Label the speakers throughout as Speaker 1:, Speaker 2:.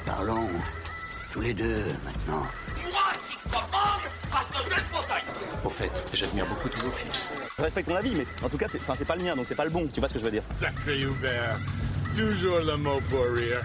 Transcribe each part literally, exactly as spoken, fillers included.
Speaker 1: Parlons tous les deux maintenant.
Speaker 2: Moi qui commande, parce que j'ai le fauteuil.
Speaker 3: Au fait, j'admire beaucoup tous vos films.
Speaker 4: Je respecte ton avis, mais en tout cas, c'est, c'est pas le mien, donc c'est pas le bon, tu vois ce que je veux dire.
Speaker 5: Sacré Hubert, toujours le mot pour rire.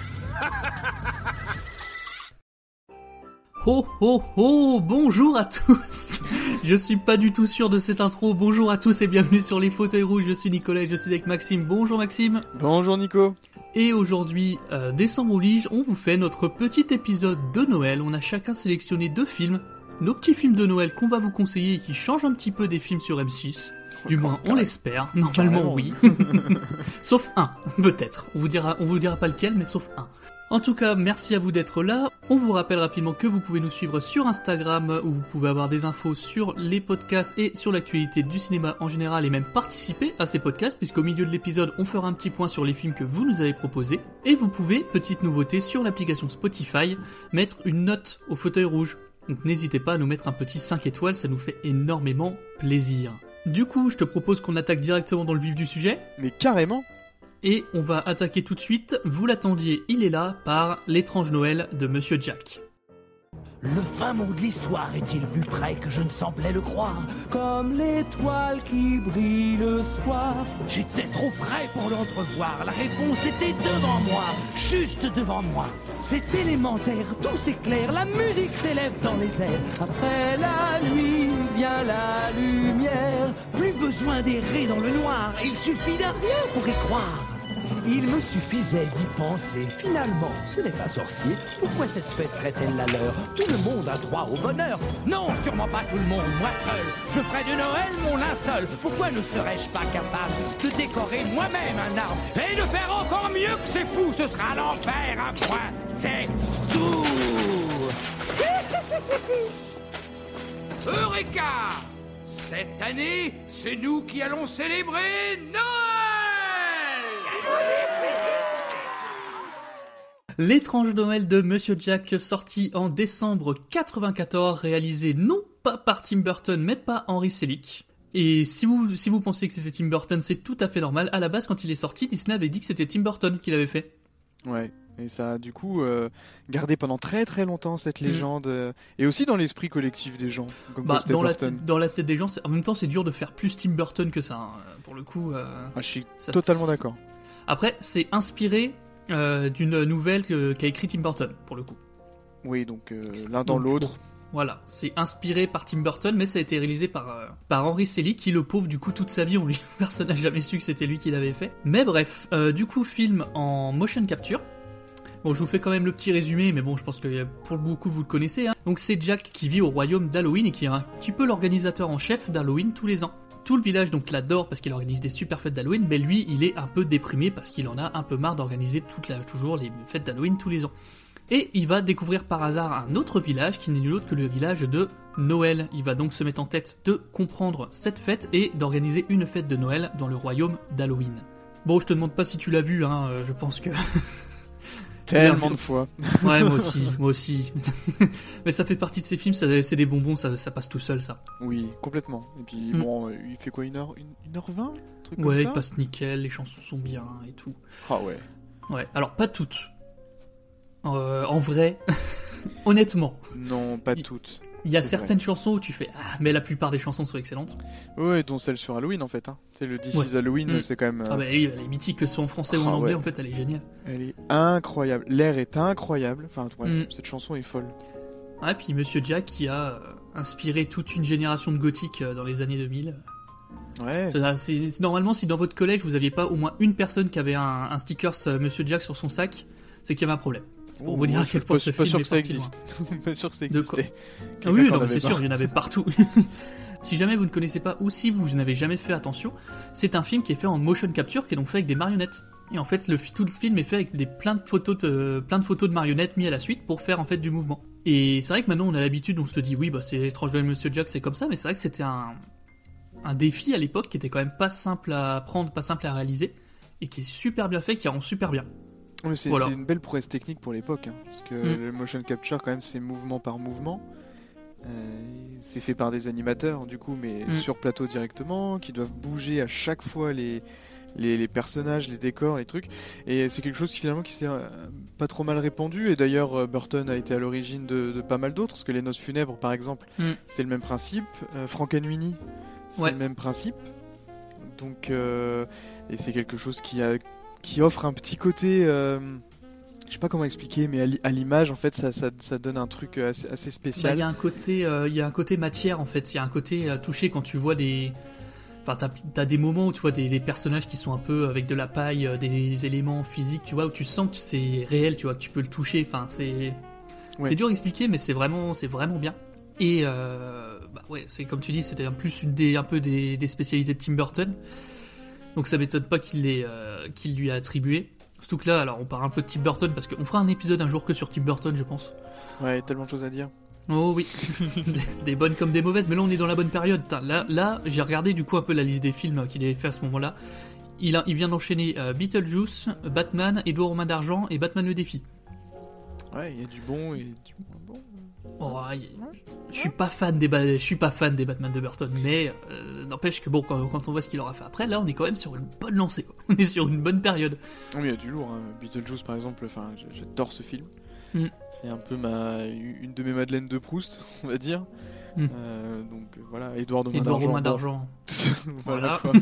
Speaker 6: Ho ho ho, bonjour à tous. Je suis pas du tout sûr de cette intro. Bonjour à tous et bienvenue sur les fauteuils rouges. Je suis Nicolas et je suis avec Maxime. Bonjour Maxime.
Speaker 7: Bonjour Nico.
Speaker 6: Et aujourd'hui, euh, Décembre oblige, on vous fait notre petit épisode de Noël. On a chacun sélectionné deux films, nos petits films de Noël qu'on va vous conseiller et qui changent un petit peu des films sur M six. Du moins, on l'espère. Normalement, oui. Sauf un, peut-être. On vous dira, on vous dira pas lequel, mais sauf un. En tout cas, merci à vous d'être là. On vous rappelle rapidement que vous pouvez nous suivre sur Instagram, où vous pouvez avoir des infos sur les podcasts et sur l'actualité du cinéma en général, et même participer à ces podcasts, puisqu'au milieu de l'épisode, on fera un petit point sur les films que vous nous avez proposés. Et vous pouvez, petite nouveauté, sur l'application Spotify, mettre une note au fauteuil rouge. Donc n'hésitez pas à nous mettre un petit cinq étoiles, ça nous fait énormément plaisir. Du coup, je te propose qu'on attaque directement dans le vif du sujet.
Speaker 7: Mais carrément.
Speaker 6: Et on va attaquer tout de suite, vous l'attendiez, il est là, par L'étrange Noël de Monsieur Jack.
Speaker 2: Le fin mot de l'histoire est-il plus près que je ne semblais le croire? Comme l'étoile qui brille le soir. J'étais trop près pour l'entrevoir. La réponse était devant moi, juste devant moi. C'est élémentaire, tout s'éclaire, la musique s'élève dans les airs. Après la nuit vient la lumière. Plus besoin d'errer dans le noir, il suffit d'un rien pour y croire. Il me suffisait d'y penser. Finalement, ce n'est pas sorcier. Pourquoi cette fête serait-elle la leur? Tout le monde a droit au bonheur. Non, sûrement pas tout le monde, moi seul. Je ferai de Noël mon linceul. Pourquoi ne serais-je pas capable de décorer moi-même un arbre et de faire encore mieux que c'est fou? Ce sera l'enfer, un point, c'est tout. Eureka! Cette année, c'est nous qui allons célébrer Noël!
Speaker 6: L'étrange Noël de Monsieur Jack, sorti en décembre quatre-vingt-quatorze, réalisé non pas par Tim Burton, mais par Henry Selick. Et si vous, si vous pensez que c'était Tim Burton, c'est tout à fait normal. À la base, quand il est sorti, Disney avait dit que c'était Tim Burton qui l'avait fait.
Speaker 7: Ouais, et ça a du coup euh, gardé pendant très très longtemps cette légende, euh, et aussi dans l'esprit collectif des gens, comme
Speaker 6: bah,
Speaker 7: quoi c'était
Speaker 6: dans
Speaker 7: Burton.
Speaker 6: La t- dans la tête des gens, c'est... en même temps, c'est dur de faire plus Tim Burton que ça. Hein. Pour le coup, euh,
Speaker 7: ah, je suis
Speaker 6: ça,
Speaker 7: totalement d'accord.
Speaker 6: Après, c'est inspiré euh, d'une nouvelle que, qu'a écrit Tim Burton, pour le coup.
Speaker 7: Oui, donc euh, l'un dans
Speaker 6: donc,
Speaker 7: l'autre.
Speaker 6: Bon, voilà, c'est inspiré par Tim Burton, mais ça a été réalisé par, euh, par Henry Selick, qui le pauvre, du coup, toute sa vie, on lui, personne n'a jamais su que c'était lui qui l'avait fait. Mais bref, euh, du coup, film en motion capture. Bon, je vous fais quand même le petit résumé, mais bon, je pense que pour beaucoup, vous le connaissez. Hein. Donc, c'est Jack qui vit au royaume d'Halloween et qui est un petit peu l'organisateur en chef d'Halloween tous les ans. Tout le village donc l'adore parce qu'il organise des super fêtes d'Halloween, mais lui, il est un peu déprimé parce qu'il en a un peu marre d'organiser toute la, toujours les fêtes d'Halloween tous les ans. Et il va découvrir par hasard un autre village qui n'est nul autre que le village de Noël. Il va donc se mettre en tête de comprendre cette fête et d'organiser une fête de Noël dans le royaume d'Halloween. Bon, je te demande pas si tu l'as vu, hein, je pense que...
Speaker 7: Tellement de fois.
Speaker 6: Ouais, moi aussi, moi aussi. Mais ça fait partie de ces films, ça, c'est des bonbons, ça, ça passe tout seul, ça.
Speaker 7: Oui, complètement. Et puis,
Speaker 6: mm.
Speaker 7: bon, euh, il fait quoi, une heure, une, une heure vingt, truc
Speaker 6: ouais,
Speaker 7: comme ça.
Speaker 6: il passe nickel, les chansons sont bien et tout.
Speaker 7: Ah ouais.
Speaker 6: Ouais, alors pas toutes. Euh, en vrai, honnêtement.
Speaker 7: Non, pas
Speaker 6: il,
Speaker 7: toutes.
Speaker 6: Il y a
Speaker 7: c'est
Speaker 6: certaines
Speaker 7: vrai.
Speaker 6: chansons où tu fais ah, mais la plupart des chansons sont excellentes.
Speaker 7: Ouais, dont celle sur Halloween en fait. Hein. C'est le This
Speaker 6: ouais.
Speaker 7: is Halloween,
Speaker 6: mm.
Speaker 7: c'est quand même. Euh...
Speaker 6: Ah bah oui, elle est mythique, que ce soit en français
Speaker 7: oh,
Speaker 6: ou en anglais,
Speaker 7: ouais.
Speaker 6: en fait, elle est géniale.
Speaker 7: Elle est incroyable. L'air est incroyable. Enfin, bref, mm. cette chanson est folle.
Speaker 6: Ouais, puis Monsieur Jack qui a euh, inspiré toute une génération de gothiques euh, dans les années deux mille.
Speaker 7: Ouais.
Speaker 6: C'est, c'est, c'est, normalement, si dans votre collège vous aviez pas au moins une personne qui avait un, un sticker euh, Monsieur Jack sur son sac, c'est qu'il y avait un problème. C'est pour
Speaker 7: oh,
Speaker 6: vous dire à quel point ce
Speaker 7: film est
Speaker 6: sûr
Speaker 7: que ça existe. Pas sûr que ça existait.
Speaker 6: Ah oui, non, mais c'est sûr, il y en avait partout. Si jamais vous ne connaissez pas ou si vous n'avez jamais fait attention, c'est un film qui est fait en motion capture, qui est donc fait avec des marionnettes. Et en fait, le, tout le film est fait avec des, plein, de photos de, plein de photos de marionnettes mis à la suite pour faire en fait du mouvement. Et c'est vrai que maintenant on a l'habitude, on se dit oui, bah c'est l'étrange Noël de Monsieur Jack, c'est comme ça, mais c'est vrai que c'était un, un défi à l'époque qui était quand même pas simple à prendre, pas simple à réaliser, et qui est super bien fait, qui rend super bien.
Speaker 7: Mais c'est,
Speaker 6: voilà.
Speaker 7: c'est une belle prouesse technique pour l'époque, hein, parce que mm. le motion capture, quand même, c'est mouvement par mouvement. Euh, c'est fait par des animateurs, du coup, mais mm. sur plateau directement, qui doivent bouger à chaque fois les, les, les personnages, les décors, les trucs. Et c'est quelque chose qui finalement qui s'est euh, pas trop mal répandu. Et d'ailleurs, euh, Burton a été à l'origine de, de pas mal d'autres, parce que Les Noces Funèbres, par exemple, mm. c'est le même principe. Euh, Frankenweenie, c'est ouais. le même principe. Donc, euh, et c'est quelque chose qui, a, qui offre un petit côté... Euh, je sais pas comment expliquer, mais à l'image, en fait, ça, ça, ça donne un truc assez, assez spécial.
Speaker 6: Il bah, y a un côté, euh, il y a un côté matière, en fait. Il y a un côté euh, touché quand tu vois des... Enfin, t'as, t'as des moments où tu vois des, des personnages qui sont un peu avec de la paille, euh, des éléments physiques, tu vois, où tu sens que c'est réel, tu vois, que tu peux le toucher. Enfin, c'est... Ouais. C'est dur à expliquer, mais c'est vraiment, c'est vraiment bien. Et, euh, bah ouais, c'est comme tu dis, c'était en plus une des, un peu des, des spécialités de Tim Burton. Donc ça m'étonne pas qu'il, l'ait, euh, qu'il lui a attribué. Surtout que là, alors on part un peu de Tim Burton, parce qu'on fera un épisode un jour que sur Tim Burton, je pense.
Speaker 7: Ouais, tellement de choses à dire.
Speaker 6: Oh oui, des, des bonnes comme des mauvaises, mais là on est dans la bonne période. Là, là j'ai regardé du coup un peu la liste des films qu'il avait fait à ce moment-là. Il, a, il vient d'enchaîner euh, Beetlejuice, Batman, Édouard aux mains d'argent et Batman le défi.
Speaker 7: Ouais, il y a du bon et du moins bon.
Speaker 6: Oh, je suis pas fan des ba- je suis pas fan des Batman de Burton, mais euh, n'empêche que bon, quand, quand on voit ce qu'il aura fait après, là, on est quand même sur une bonne lancée, quoi. On est sur une bonne période.
Speaker 7: Oh, mais il y a du lourd. Hein. Beetlejuice, par exemple, enfin, j'adore ce film.
Speaker 6: Mm.
Speaker 7: C'est un peu ma une de mes Madeleines de Proust, on va dire.
Speaker 6: Mm.
Speaker 7: Euh, donc voilà, Édouard aux mains
Speaker 6: Édouard
Speaker 7: d'argent.
Speaker 6: aux mains d'argent.
Speaker 7: Voilà. Quoi.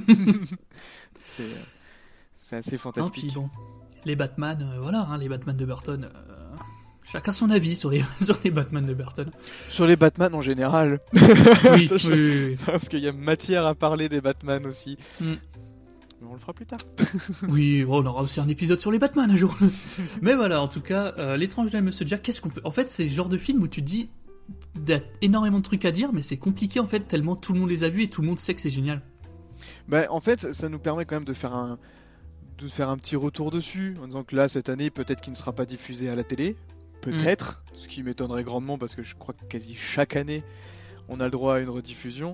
Speaker 7: c'est c'est assez fantastique.
Speaker 6: Oh, puis bon, les Batman, euh, voilà, hein, les Batman de Burton. Euh... Chacun son avis sur les, sur les Batman de Burton.
Speaker 7: Sur les Batman en général.
Speaker 6: Oui,
Speaker 7: Ça, je...
Speaker 6: oui, oui, oui.
Speaker 7: Parce qu'il y a matière à parler des Batman aussi.
Speaker 6: Mm.
Speaker 7: Mais on le fera plus tard.
Speaker 6: Oui, bon, on aura aussi un épisode sur les Batman un jour. Mais voilà, en tout cas, euh, L'étrange de Monsieur Jack, qu'est-ce qu'on peut... En fait, c'est le genre de film où tu te dis, il y a énormément de trucs à dire, mais c'est compliqué en fait, tellement tout le monde les a vus et tout le monde sait que c'est génial.
Speaker 7: Bah, en fait, ça nous permet quand même de faire un, de faire un petit retour dessus, en disant que là, cette année, peut-être qu'il ne sera pas diffusé à la télé. Peut-être, mmh. ce qui m'étonnerait grandement parce que je crois que quasi chaque année on a le droit à une rediffusion,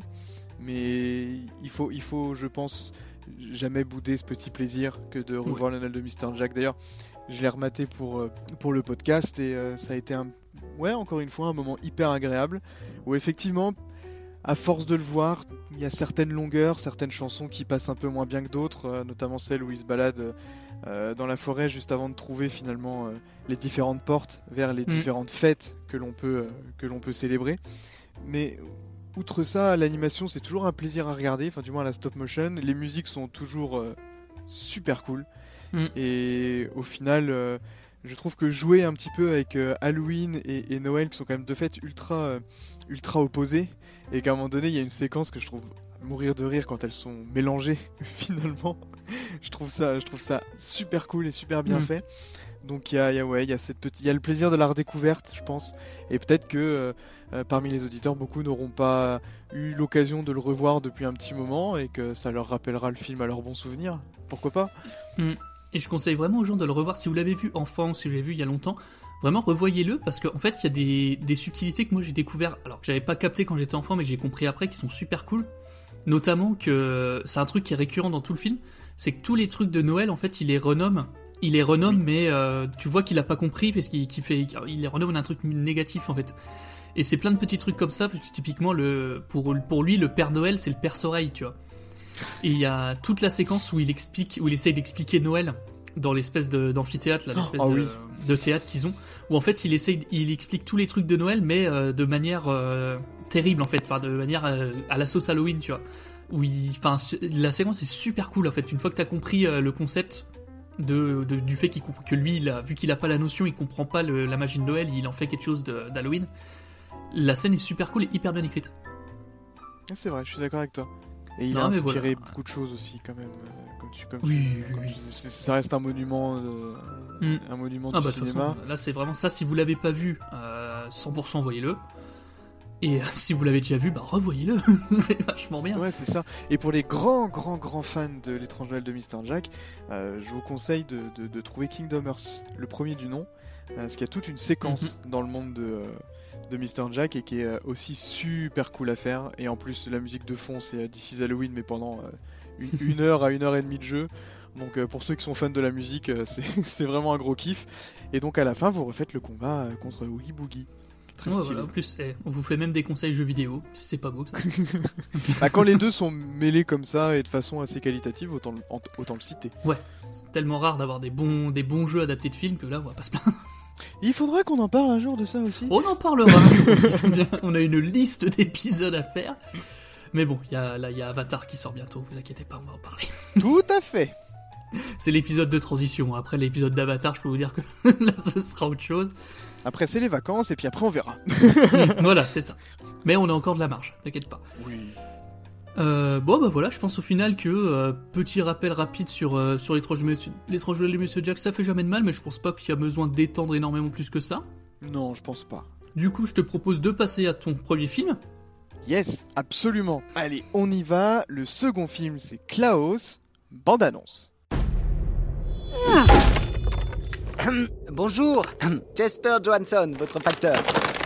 Speaker 7: mais il faut, il faut je pense, jamais bouder ce petit plaisir que de revoir oui. le Noël de mister Jack. D'ailleurs, je l'ai rematé pour, pour le podcast et euh, ça a été un, ouais, encore une fois un moment hyper agréable où effectivement, à force de le voir, il y a certaines longueurs, certaines chansons qui passent un peu moins bien que d'autres, euh, notamment celle où il se balade euh, dans la forêt juste avant de trouver finalement euh, les différentes portes vers les mmh. différentes fêtes que l'on peut, euh, que l'on peut célébrer. Mais outre ça, l'animation c'est toujours un plaisir à regarder, enfin du moins la stop motion, les musiques sont toujours euh, super cool. Mmh. Et au final, euh, je trouve que jouer un petit peu avec euh, Halloween et, et Noël, qui sont quand même deux fêtes ultra, euh, ultra opposées, et qu'à un moment donné, il y a une séquence que je trouve mourir de rire quand elles sont mélangées, finalement. je, trouve ça, je trouve ça super cool et super bien mmh. fait. Donc il y a, y a, ouais, y a cette petite, y a le plaisir de la redécouverte, je pense. Et peut-être que euh, euh, parmi les auditeurs, beaucoup n'auront pas eu l'occasion de le revoir depuis un petit moment et que ça leur rappellera le film à leurs bons souvenirs. Pourquoi pas
Speaker 6: mmh. Et je conseille vraiment aux gens de le revoir. Si vous l'avez vu enfant, si vous l'avez vu il y a longtemps, vraiment revoyez-le parce qu'en en fait il y a des, des subtilités que moi j'ai découvert, alors que j'avais pas capté quand j'étais enfant mais que j'ai compris après, qui sont super cool. Notamment que c'est un truc qui est récurrent dans tout le film, c'est que tous les trucs de Noël en fait il les renomme. Il les renomme, oui. mais euh, tu vois qu'il a pas compris parce qu'il, qu'il fait, il les renomme d'un truc négatif en fait. Et c'est plein de petits trucs comme ça, parce que typiquement le, pour, pour lui le Père Noël c'est le Père Soleil, tu vois. Et il y a toute la séquence où il explique, où il essaye d'expliquer Noël dans l'espèce de, d'amphithéâtre, là, l'espèce oh, de, oui. de théâtre qu'ils ont, où en fait il essaye, il explique tous les trucs de Noël, mais euh, de manière euh, terrible en fait, enfin de manière euh, à la sauce Halloween, tu vois. Où il, enfin la séquence est super cool en fait. Une fois que t'as compris euh, le concept de, de du fait qu'il, que lui, il a, vu qu'il a pas la notion, il comprend pas le, la magie de Noël, il en fait quelque chose de, d'Halloween. La scène est super cool et hyper bien écrite.
Speaker 7: C'est vrai, je suis d'accord avec toi. Et il non, a inspiré voilà. beaucoup de choses aussi, quand même. Comme tu, comme
Speaker 6: oui,
Speaker 7: tu, comme
Speaker 6: oui.
Speaker 7: tu disais, ça reste un monument, de, mm. un monument
Speaker 6: ah
Speaker 7: du
Speaker 6: bah,
Speaker 7: cinéma.
Speaker 6: Façon, là, c'est vraiment ça. Si vous l'avez pas vu, euh, cent pour cent voyez-le. Et euh, si vous l'avez déjà vu, bah revoyez-le. C'est vachement bien.
Speaker 7: Ouais, c'est ça. Et pour les grands, grands, grands fans de L'étrange Noël de mister Jack, euh, je vous conseille de, de, de trouver Kingdom Hearts, le premier du nom, euh, parce qu'il y a toute une séquence mm-hmm. dans le monde de. Euh, de mister Jack et qui est aussi super cool à faire, et en plus la musique de fond c'est This is Halloween mais pendant euh, une, une heure à une heure et demie de jeu, donc euh, pour ceux qui sont fans de la musique euh, c'est, c'est vraiment un gros kiff. Et donc à la fin vous refaites le combat euh, contre Oogie Boogie, très très
Speaker 6: Ouais,
Speaker 7: stylé.
Speaker 6: voilà, en plus, eh, on vous fait même des conseils jeux vidéo, si c'est pas beau ça.
Speaker 7: Bah, quand les deux sont mêlés comme ça et de façon assez qualitative, autant, le- en- autant le citer.
Speaker 6: C'est tellement rare d'avoir des bons, des bons jeux adaptés de films que là, on va pas se plaindre.
Speaker 7: Il faudra qu'on en parle un jour de ça aussi.
Speaker 6: On en parlera. On a une liste d'épisodes à faire. Mais bon, y a, là, il y a Avatar qui sort bientôt, vous inquiétez pas, on va en parler.
Speaker 7: Tout à fait.
Speaker 6: C'est l'épisode de transition. Après l'épisode d'Avatar, je peux vous dire que là, ce sera autre chose.
Speaker 7: Après, c'est les vacances et puis après, on verra.
Speaker 6: Voilà, c'est ça. Mais on a encore de la marge, t'inquiète pas.
Speaker 7: Oui.
Speaker 6: Euh, bon, bah voilà, je pense au final que, euh, petit rappel rapide sur, euh, sur l'étrange Monsieur, l'étrange Noël de Monsieur Jack, ça fait jamais de mal, mais je pense pas qu'il y a besoin d'étendre énormément plus que ça.
Speaker 7: Non, je pense pas.
Speaker 6: Du coup, je te propose de passer à ton premier film.
Speaker 7: Yes, absolument. Allez, on y va. Le second film, c'est Klaus. Bande-annonce.
Speaker 8: Bonjour, Jesper Johansson, votre facteur.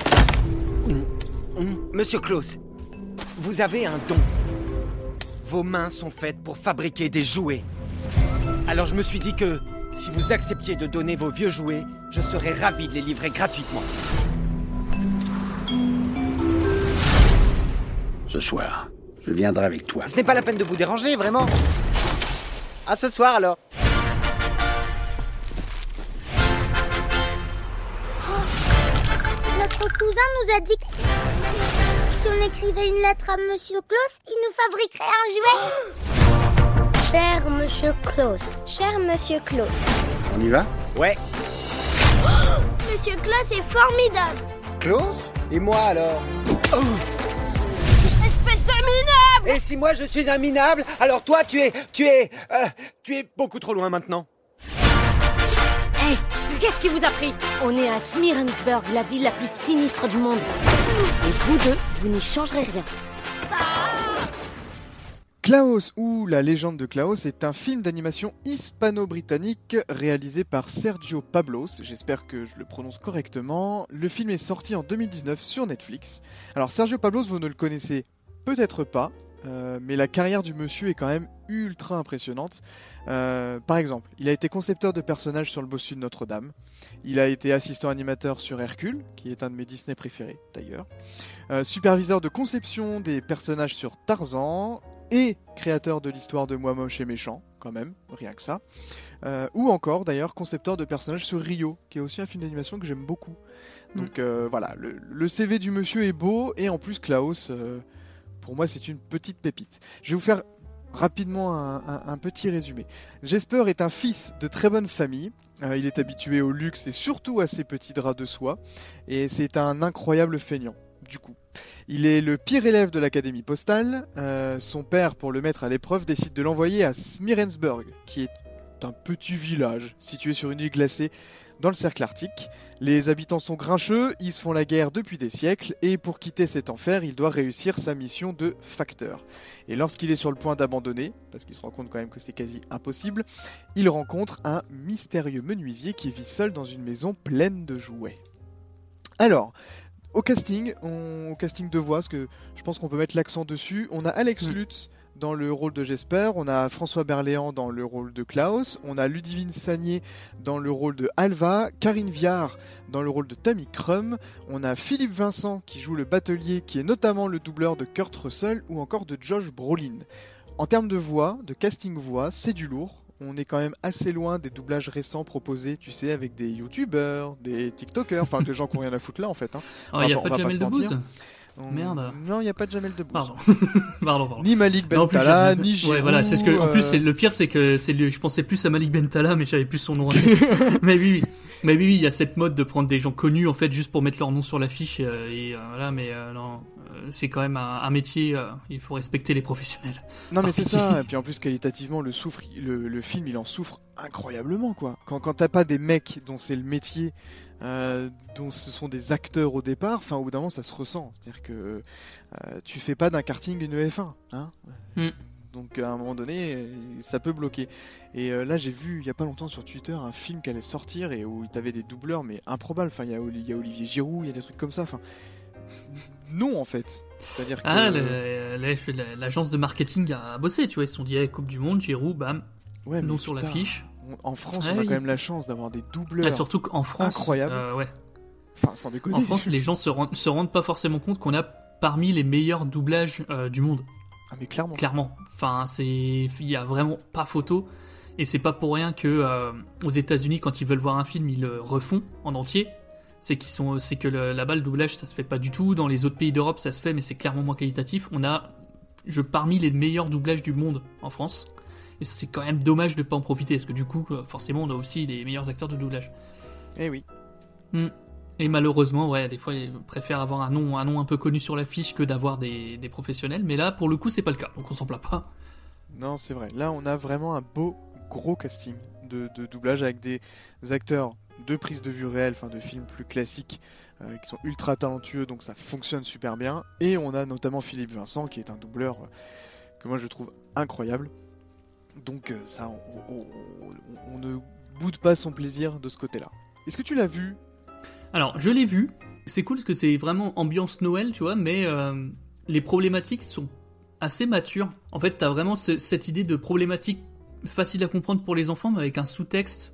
Speaker 8: Monsieur Klaus, vous avez un don. Vos mains sont faites pour fabriquer des jouets. Alors je me suis dit que si vous acceptiez de donner vos vieux jouets, je serais ravi de les livrer gratuitement.
Speaker 1: Ce soir, je viendrai avec toi.
Speaker 8: Ce n'est pas la peine de vous déranger, vraiment. À ce soir alors.
Speaker 9: Notre cousin nous a dit que si on écrivait une lettre à Monsieur Klaus, il nous fabriquerait un jouet. Cher Monsieur Klaus, cher Monsieur Klaus.
Speaker 1: On y va?
Speaker 8: Ouais.
Speaker 9: Monsieur Klaus est formidable.
Speaker 8: Klaus? Et moi alors?
Speaker 9: Espèce de minable.
Speaker 8: Et si moi je suis un minable, alors toi tu es... Tu es... euh, tu es beaucoup trop loin maintenant.
Speaker 10: Hey, qu'est-ce qui vous a pris? On est à Smirensburg, la ville la plus sinistre du monde. Et vous deux, vous n'y changerez rien.
Speaker 7: Klaus ou La légende de Klaus est un film d'animation hispano-britannique réalisé par Sergio Pablos, j'espère que je le prononce correctement. Le film est sorti en deux mille dix-neuf sur Netflix. Alors Sergio Pablos, vous ne le connaissez peut-être pas, euh, mais la carrière du monsieur est quand même ultra impressionnante. Euh, par exemple, il a été concepteur de personnages sur le bossu de Notre-Dame. Il a été assistant animateur sur Hercule, qui est un de mes Disney préférés d'ailleurs. Euh, superviseur de conception des personnages sur Tarzan. Et créateur de l'histoire de Moi Moche et Méchant, quand même, rien que ça. Euh, ou encore, d'ailleurs, concepteur de personnages sur Rio, qui est aussi un film d'animation que j'aime beaucoup. Donc euh, voilà, le, le C V du monsieur est beau, et en plus, Klaus, euh, pour moi, c'est une petite pépite. Je vais vous faire rapidement un, un, un petit résumé. Jesper est un fils de très bonne famille. Euh, il est habitué au luxe et surtout à ses petits draps de soie. Et c'est un incroyable feignant, du coup. Il est le pire élève de l'académie postale. Euh, son père, pour le mettre à l'épreuve, décide de l'envoyer à Smirensburg, qui est un petit village situé sur une île glacée dans le cercle arctique. Les habitants sont grincheux, ils se font la guerre depuis des siècles, et pour quitter cet enfer, il doit réussir sa mission de facteur. Et lorsqu'il est sur le point d'abandonner, parce qu'il se rend compte quand même que c'est quasi impossible, il rencontre un mystérieux menuisier qui vit seul dans une maison pleine de jouets. Alors... Au casting, on, au casting de voix, parce que je pense qu'on peut mettre l'accent dessus, on a Alex mmh. Lutz dans le rôle de Jesper, on a François Berléand dans le rôle de Klaus, on a Ludivine Sagné dans le rôle de Alva, Karine Viard dans le rôle de Tammy Crum, on a Philippe Vincent qui joue le batelier, qui est notamment le doubleur de Kurt Russell ou encore de Josh Brolin. En termes de voix, de casting voix, c'est du lourd. On est quand même assez loin des doublages récents proposés, tu sais, avec des youtubeurs, des tiktokers, enfin des gens qui n'ont rien à foutre là en fait. Hein.
Speaker 6: Oh, il n'y a pas de Jamel Debbouze ?
Speaker 7: On...
Speaker 6: Merde.
Speaker 7: Non, il n'y a pas de Jamel Debbouze.
Speaker 6: Pardon. pardon, pardon.
Speaker 7: Ni Malik Bentala, ni Giroud.
Speaker 6: Ouais, voilà, c'est ce que. En
Speaker 7: euh...
Speaker 6: plus, c'est le pire, c'est que c'est le... je pensais plus à Malik Bentala, mais j'avais plus son nom en tête. mais oui, oui. Mais oui, oui, il y a cette mode de prendre des gens connus en fait juste pour mettre leur nom sur l'affiche et, et euh, voilà, mais euh, non, euh, c'est quand même un, un métier. Euh, il faut respecter les professionnels.
Speaker 7: Non, mais c'est ça. Et puis en plus, qualitativement, le souffre, le, le film, il en souffre incroyablement quoi. Quand quand t'as pas des mecs dont c'est le métier. Euh, dont ce sont des acteurs au départ, enfin au bout d'un moment ça se ressent, c'est-à-dire que euh, tu fais pas d'un karting une F un, hein mm. Donc à un moment donné ça peut bloquer. Et euh, là j'ai vu il y a pas longtemps sur Twitter un film qui allait sortir et où il t'avait des doubleurs mais improbables, enfin il y a, y a Olivier Giroud, il y a des trucs comme ça, enfin non en fait. C'est-à-dire que
Speaker 6: ah le, le, l'agence de marketing a bossé, tu vois, ils se sont dit hey, Coupe du Monde, Giroud, bam,
Speaker 7: ouais,
Speaker 6: nom sur l'affiche.
Speaker 7: En France,
Speaker 6: ah,
Speaker 7: on a
Speaker 6: oui.
Speaker 7: quand même la chance d'avoir des doubleurs
Speaker 6: ah, surtout qu'en France,
Speaker 7: incroyables.
Speaker 6: Euh, ouais.
Speaker 7: Enfin, sans déconner.
Speaker 6: En France, les gens se rendent, se rendent pas forcément compte qu'on a parmi les meilleurs doublages euh, du monde.
Speaker 7: Ah mais clairement.
Speaker 6: Clairement. Enfin, c'est, il y a vraiment pas photo. Et c'est pas pour rien que euh, aux États-Unis, quand ils veulent voir un film, ils le refont en entier. C'est qu'ils sont, c'est que le, là-bas le doublage ça se fait pas du tout. Dans les autres pays d'Europe, ça se fait, mais c'est clairement moins qualitatif. On a, je parmi les meilleurs doublages du monde en France. Et c'est quand même dommage de pas en profiter, parce que du coup, forcément, on a aussi les meilleurs acteurs de doublage.
Speaker 7: Eh oui.
Speaker 6: Mm. Et malheureusement, ouais, des fois, ils préfèrent avoir un nom, un nom un peu connu sur l'affiche que d'avoir des, des professionnels. Mais là, pour le coup, c'est pas le cas, donc on s'en plaint pas.
Speaker 7: Non, c'est vrai. Là, on a vraiment un beau gros casting de, de doublage avec des acteurs de prise de vue réelle, enfin de films plus classiques, euh, qui sont ultra talentueux, donc ça fonctionne super bien. Et on a notamment Philippe Vincent, qui est un doubleur euh, que moi je trouve incroyable. Donc euh, ça, on, on, on, on ne boude pas son plaisir de ce côté-là. Est-ce que tu l'as vu ?
Speaker 6: Alors, je l'ai vu. C'est cool parce que c'est vraiment ambiance Noël, tu vois, mais euh, les problématiques sont assez matures. En fait, t'as vraiment ce, cette idée de problématique facile à comprendre pour les enfants, mais avec un sous-texte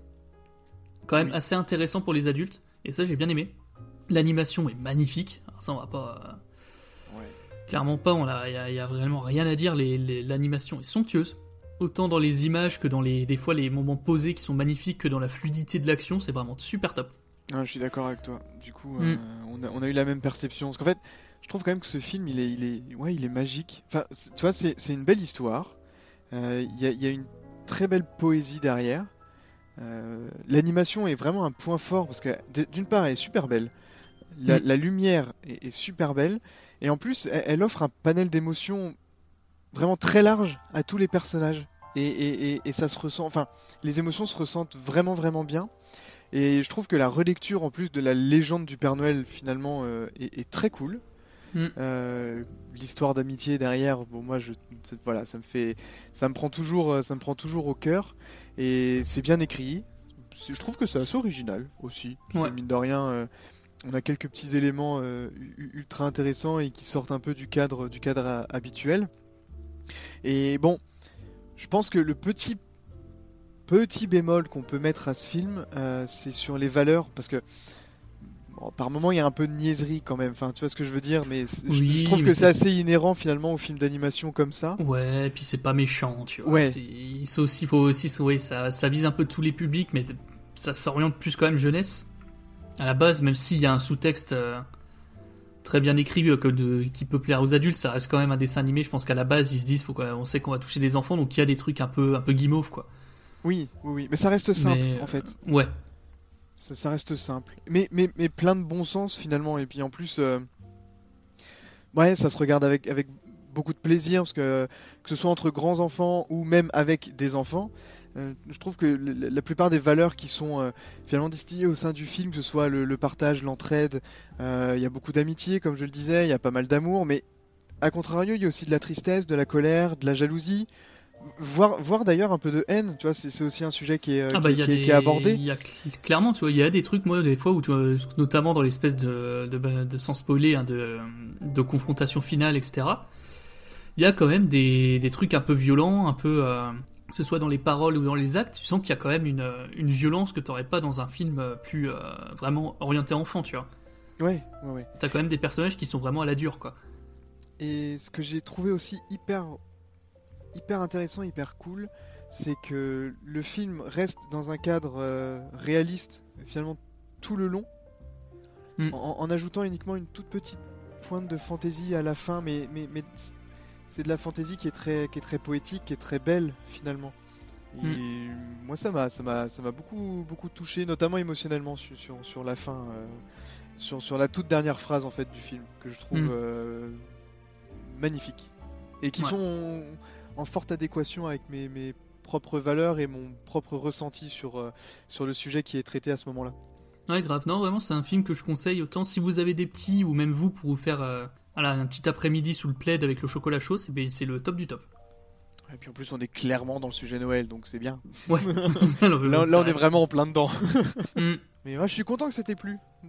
Speaker 6: quand même oui. assez intéressant pour les adultes. Et ça, j'ai bien aimé. L'animation est magnifique. Alors ça, on va pas... Euh... Ouais. Clairement pas, il y, y a vraiment rien à dire. Les, les, l'animation est somptueuse. Autant dans les images que dans les, des fois les moments posés qui sont magnifiques, que dans la fluidité de l'action. C'est vraiment super top.
Speaker 7: Ah, je suis d'accord avec toi. Du coup,
Speaker 6: mm.
Speaker 7: euh, on, a, on a eu la même perception. Parce qu'en fait, je trouve quand même que ce film, il est, il est, ouais, il est magique. Enfin, tu vois, c'est, c'est une belle histoire. Il euh, y, y a une très belle poésie derrière. Euh, l'animation est vraiment un point fort parce que d'une part elle est super belle, la, mm. la lumière est, est super belle et en plus elle, elle offre un panel d'émotions vraiment très large à tous les personnages et, et, et, et ça se ressent, enfin les émotions se ressentent vraiment vraiment bien et je trouve que la relecture en plus de la légende du Père Noël finalement euh, est, est très cool. Mm. Euh, l'histoire d'amitié derrière, bon moi je voilà, ça me fait, ça me prend toujours, ça me prend toujours au cœur et c'est bien écrit. C'est, je trouve que c'est assez original aussi. Parce ouais. que mine de rien, euh, on a quelques petits éléments euh, ultra intéressants et qui sortent un peu du cadre, du cadre a, habituel. Et bon, je pense que le petit petit bémol qu'on peut mettre à ce film, euh, c'est sur les valeurs parce que bon, par moment, il y a un peu de niaiserie quand même. Enfin, tu vois ce que je veux dire, mais oui, je, je trouve que c'est, c'est assez inhérent finalement aux films d'animation comme ça.
Speaker 6: Ouais, et puis c'est pas méchant, tu vois.
Speaker 7: Ouais.
Speaker 6: C'est, c'est aussi, faut aussi, ouais, ça, ça vise un peu tous les publics, mais ça s'oriente plus quand même jeunesse. À la base, même s'il y a un sous-texte euh, très bien écrit euh, que de, qui peut plaire aux adultes, ça reste quand même un dessin animé. Je pense qu'à la base, ils se disent, faut quoi, on sait qu'on va toucher des enfants, donc il y a des trucs un peu, un peu guimauve, quoi.
Speaker 7: Oui, oui, oui, mais ça reste simple,
Speaker 6: mais,
Speaker 7: en fait.
Speaker 6: Euh, ouais.
Speaker 7: Ça, ça reste simple, mais, mais, mais plein de bon sens finalement, et puis en plus, euh... ouais, ça se regarde avec, avec beaucoup de plaisir, parce que que ce soit entre grands enfants ou même avec des enfants, euh, je trouve que le, la plupart des valeurs qui sont euh, finalement distillées au sein du film, que ce soit le, le partage, l'entraide, il euh, y a beaucoup d'amitié, comme je le disais, il y a pas mal d'amour, mais à contrario, il y a aussi de la tristesse, de la colère, de la jalousie. Voir, voir d'ailleurs un peu de haine, tu vois, c'est, c'est aussi un sujet qui est, euh,
Speaker 6: ah bah
Speaker 7: qui, qui,
Speaker 6: des,
Speaker 7: qui est abordé.
Speaker 6: Il y a clairement, tu vois, il y a des trucs, moi, des fois où, tu vois, notamment dans l'espèce de, de, de, de sans spoiler, hein, de, de confrontation finale, et cetera. Il y a quand même des, des trucs un peu violents, un peu, euh, que ce soit dans les paroles ou dans les actes, tu sens qu'il y a quand même une, une violence que t'aurais pas dans un film plus euh, vraiment orienté enfant, tu vois.
Speaker 7: Ouais, ouais, ouais.
Speaker 6: T'as quand même des personnages qui sont vraiment à la dure, quoi.
Speaker 7: Et ce que j'ai trouvé aussi hyper hyper intéressant, hyper cool, c'est que le film reste dans un cadre euh, réaliste finalement tout le long, mm. en, en ajoutant uniquement une toute petite pointe de fantaisie à la fin, mais, mais, mais c'est de la fantaisie qui est très, qui est très poétique, qui est très belle finalement. Et mm. moi ça m'a, ça m'a, ça m'a beaucoup, beaucoup touché, notamment émotionnellement sur, sur, sur la fin, euh, sur, sur la toute dernière phrase en fait du film, que je trouve mm. euh, magnifique. Et qui ouais. sont en forte adéquation avec mes, mes propres valeurs et mon propre ressenti sur, euh, sur le sujet qui est traité à ce moment-là.
Speaker 6: Ouais, grave. Non, vraiment, c'est un film que je conseille autant si vous avez des petits ou même vous pour vous faire euh, voilà, un petit après-midi sous le plaid avec le chocolat chaud, c'est, ben, c'est le top du top.
Speaker 7: Et puis en plus, on est clairement dans le sujet Noël, donc c'est bien.
Speaker 6: Ouais.
Speaker 7: là, là, on est vraiment en plein dedans.
Speaker 6: mm.
Speaker 7: Mais moi, je suis content que ça t'ait plu. Du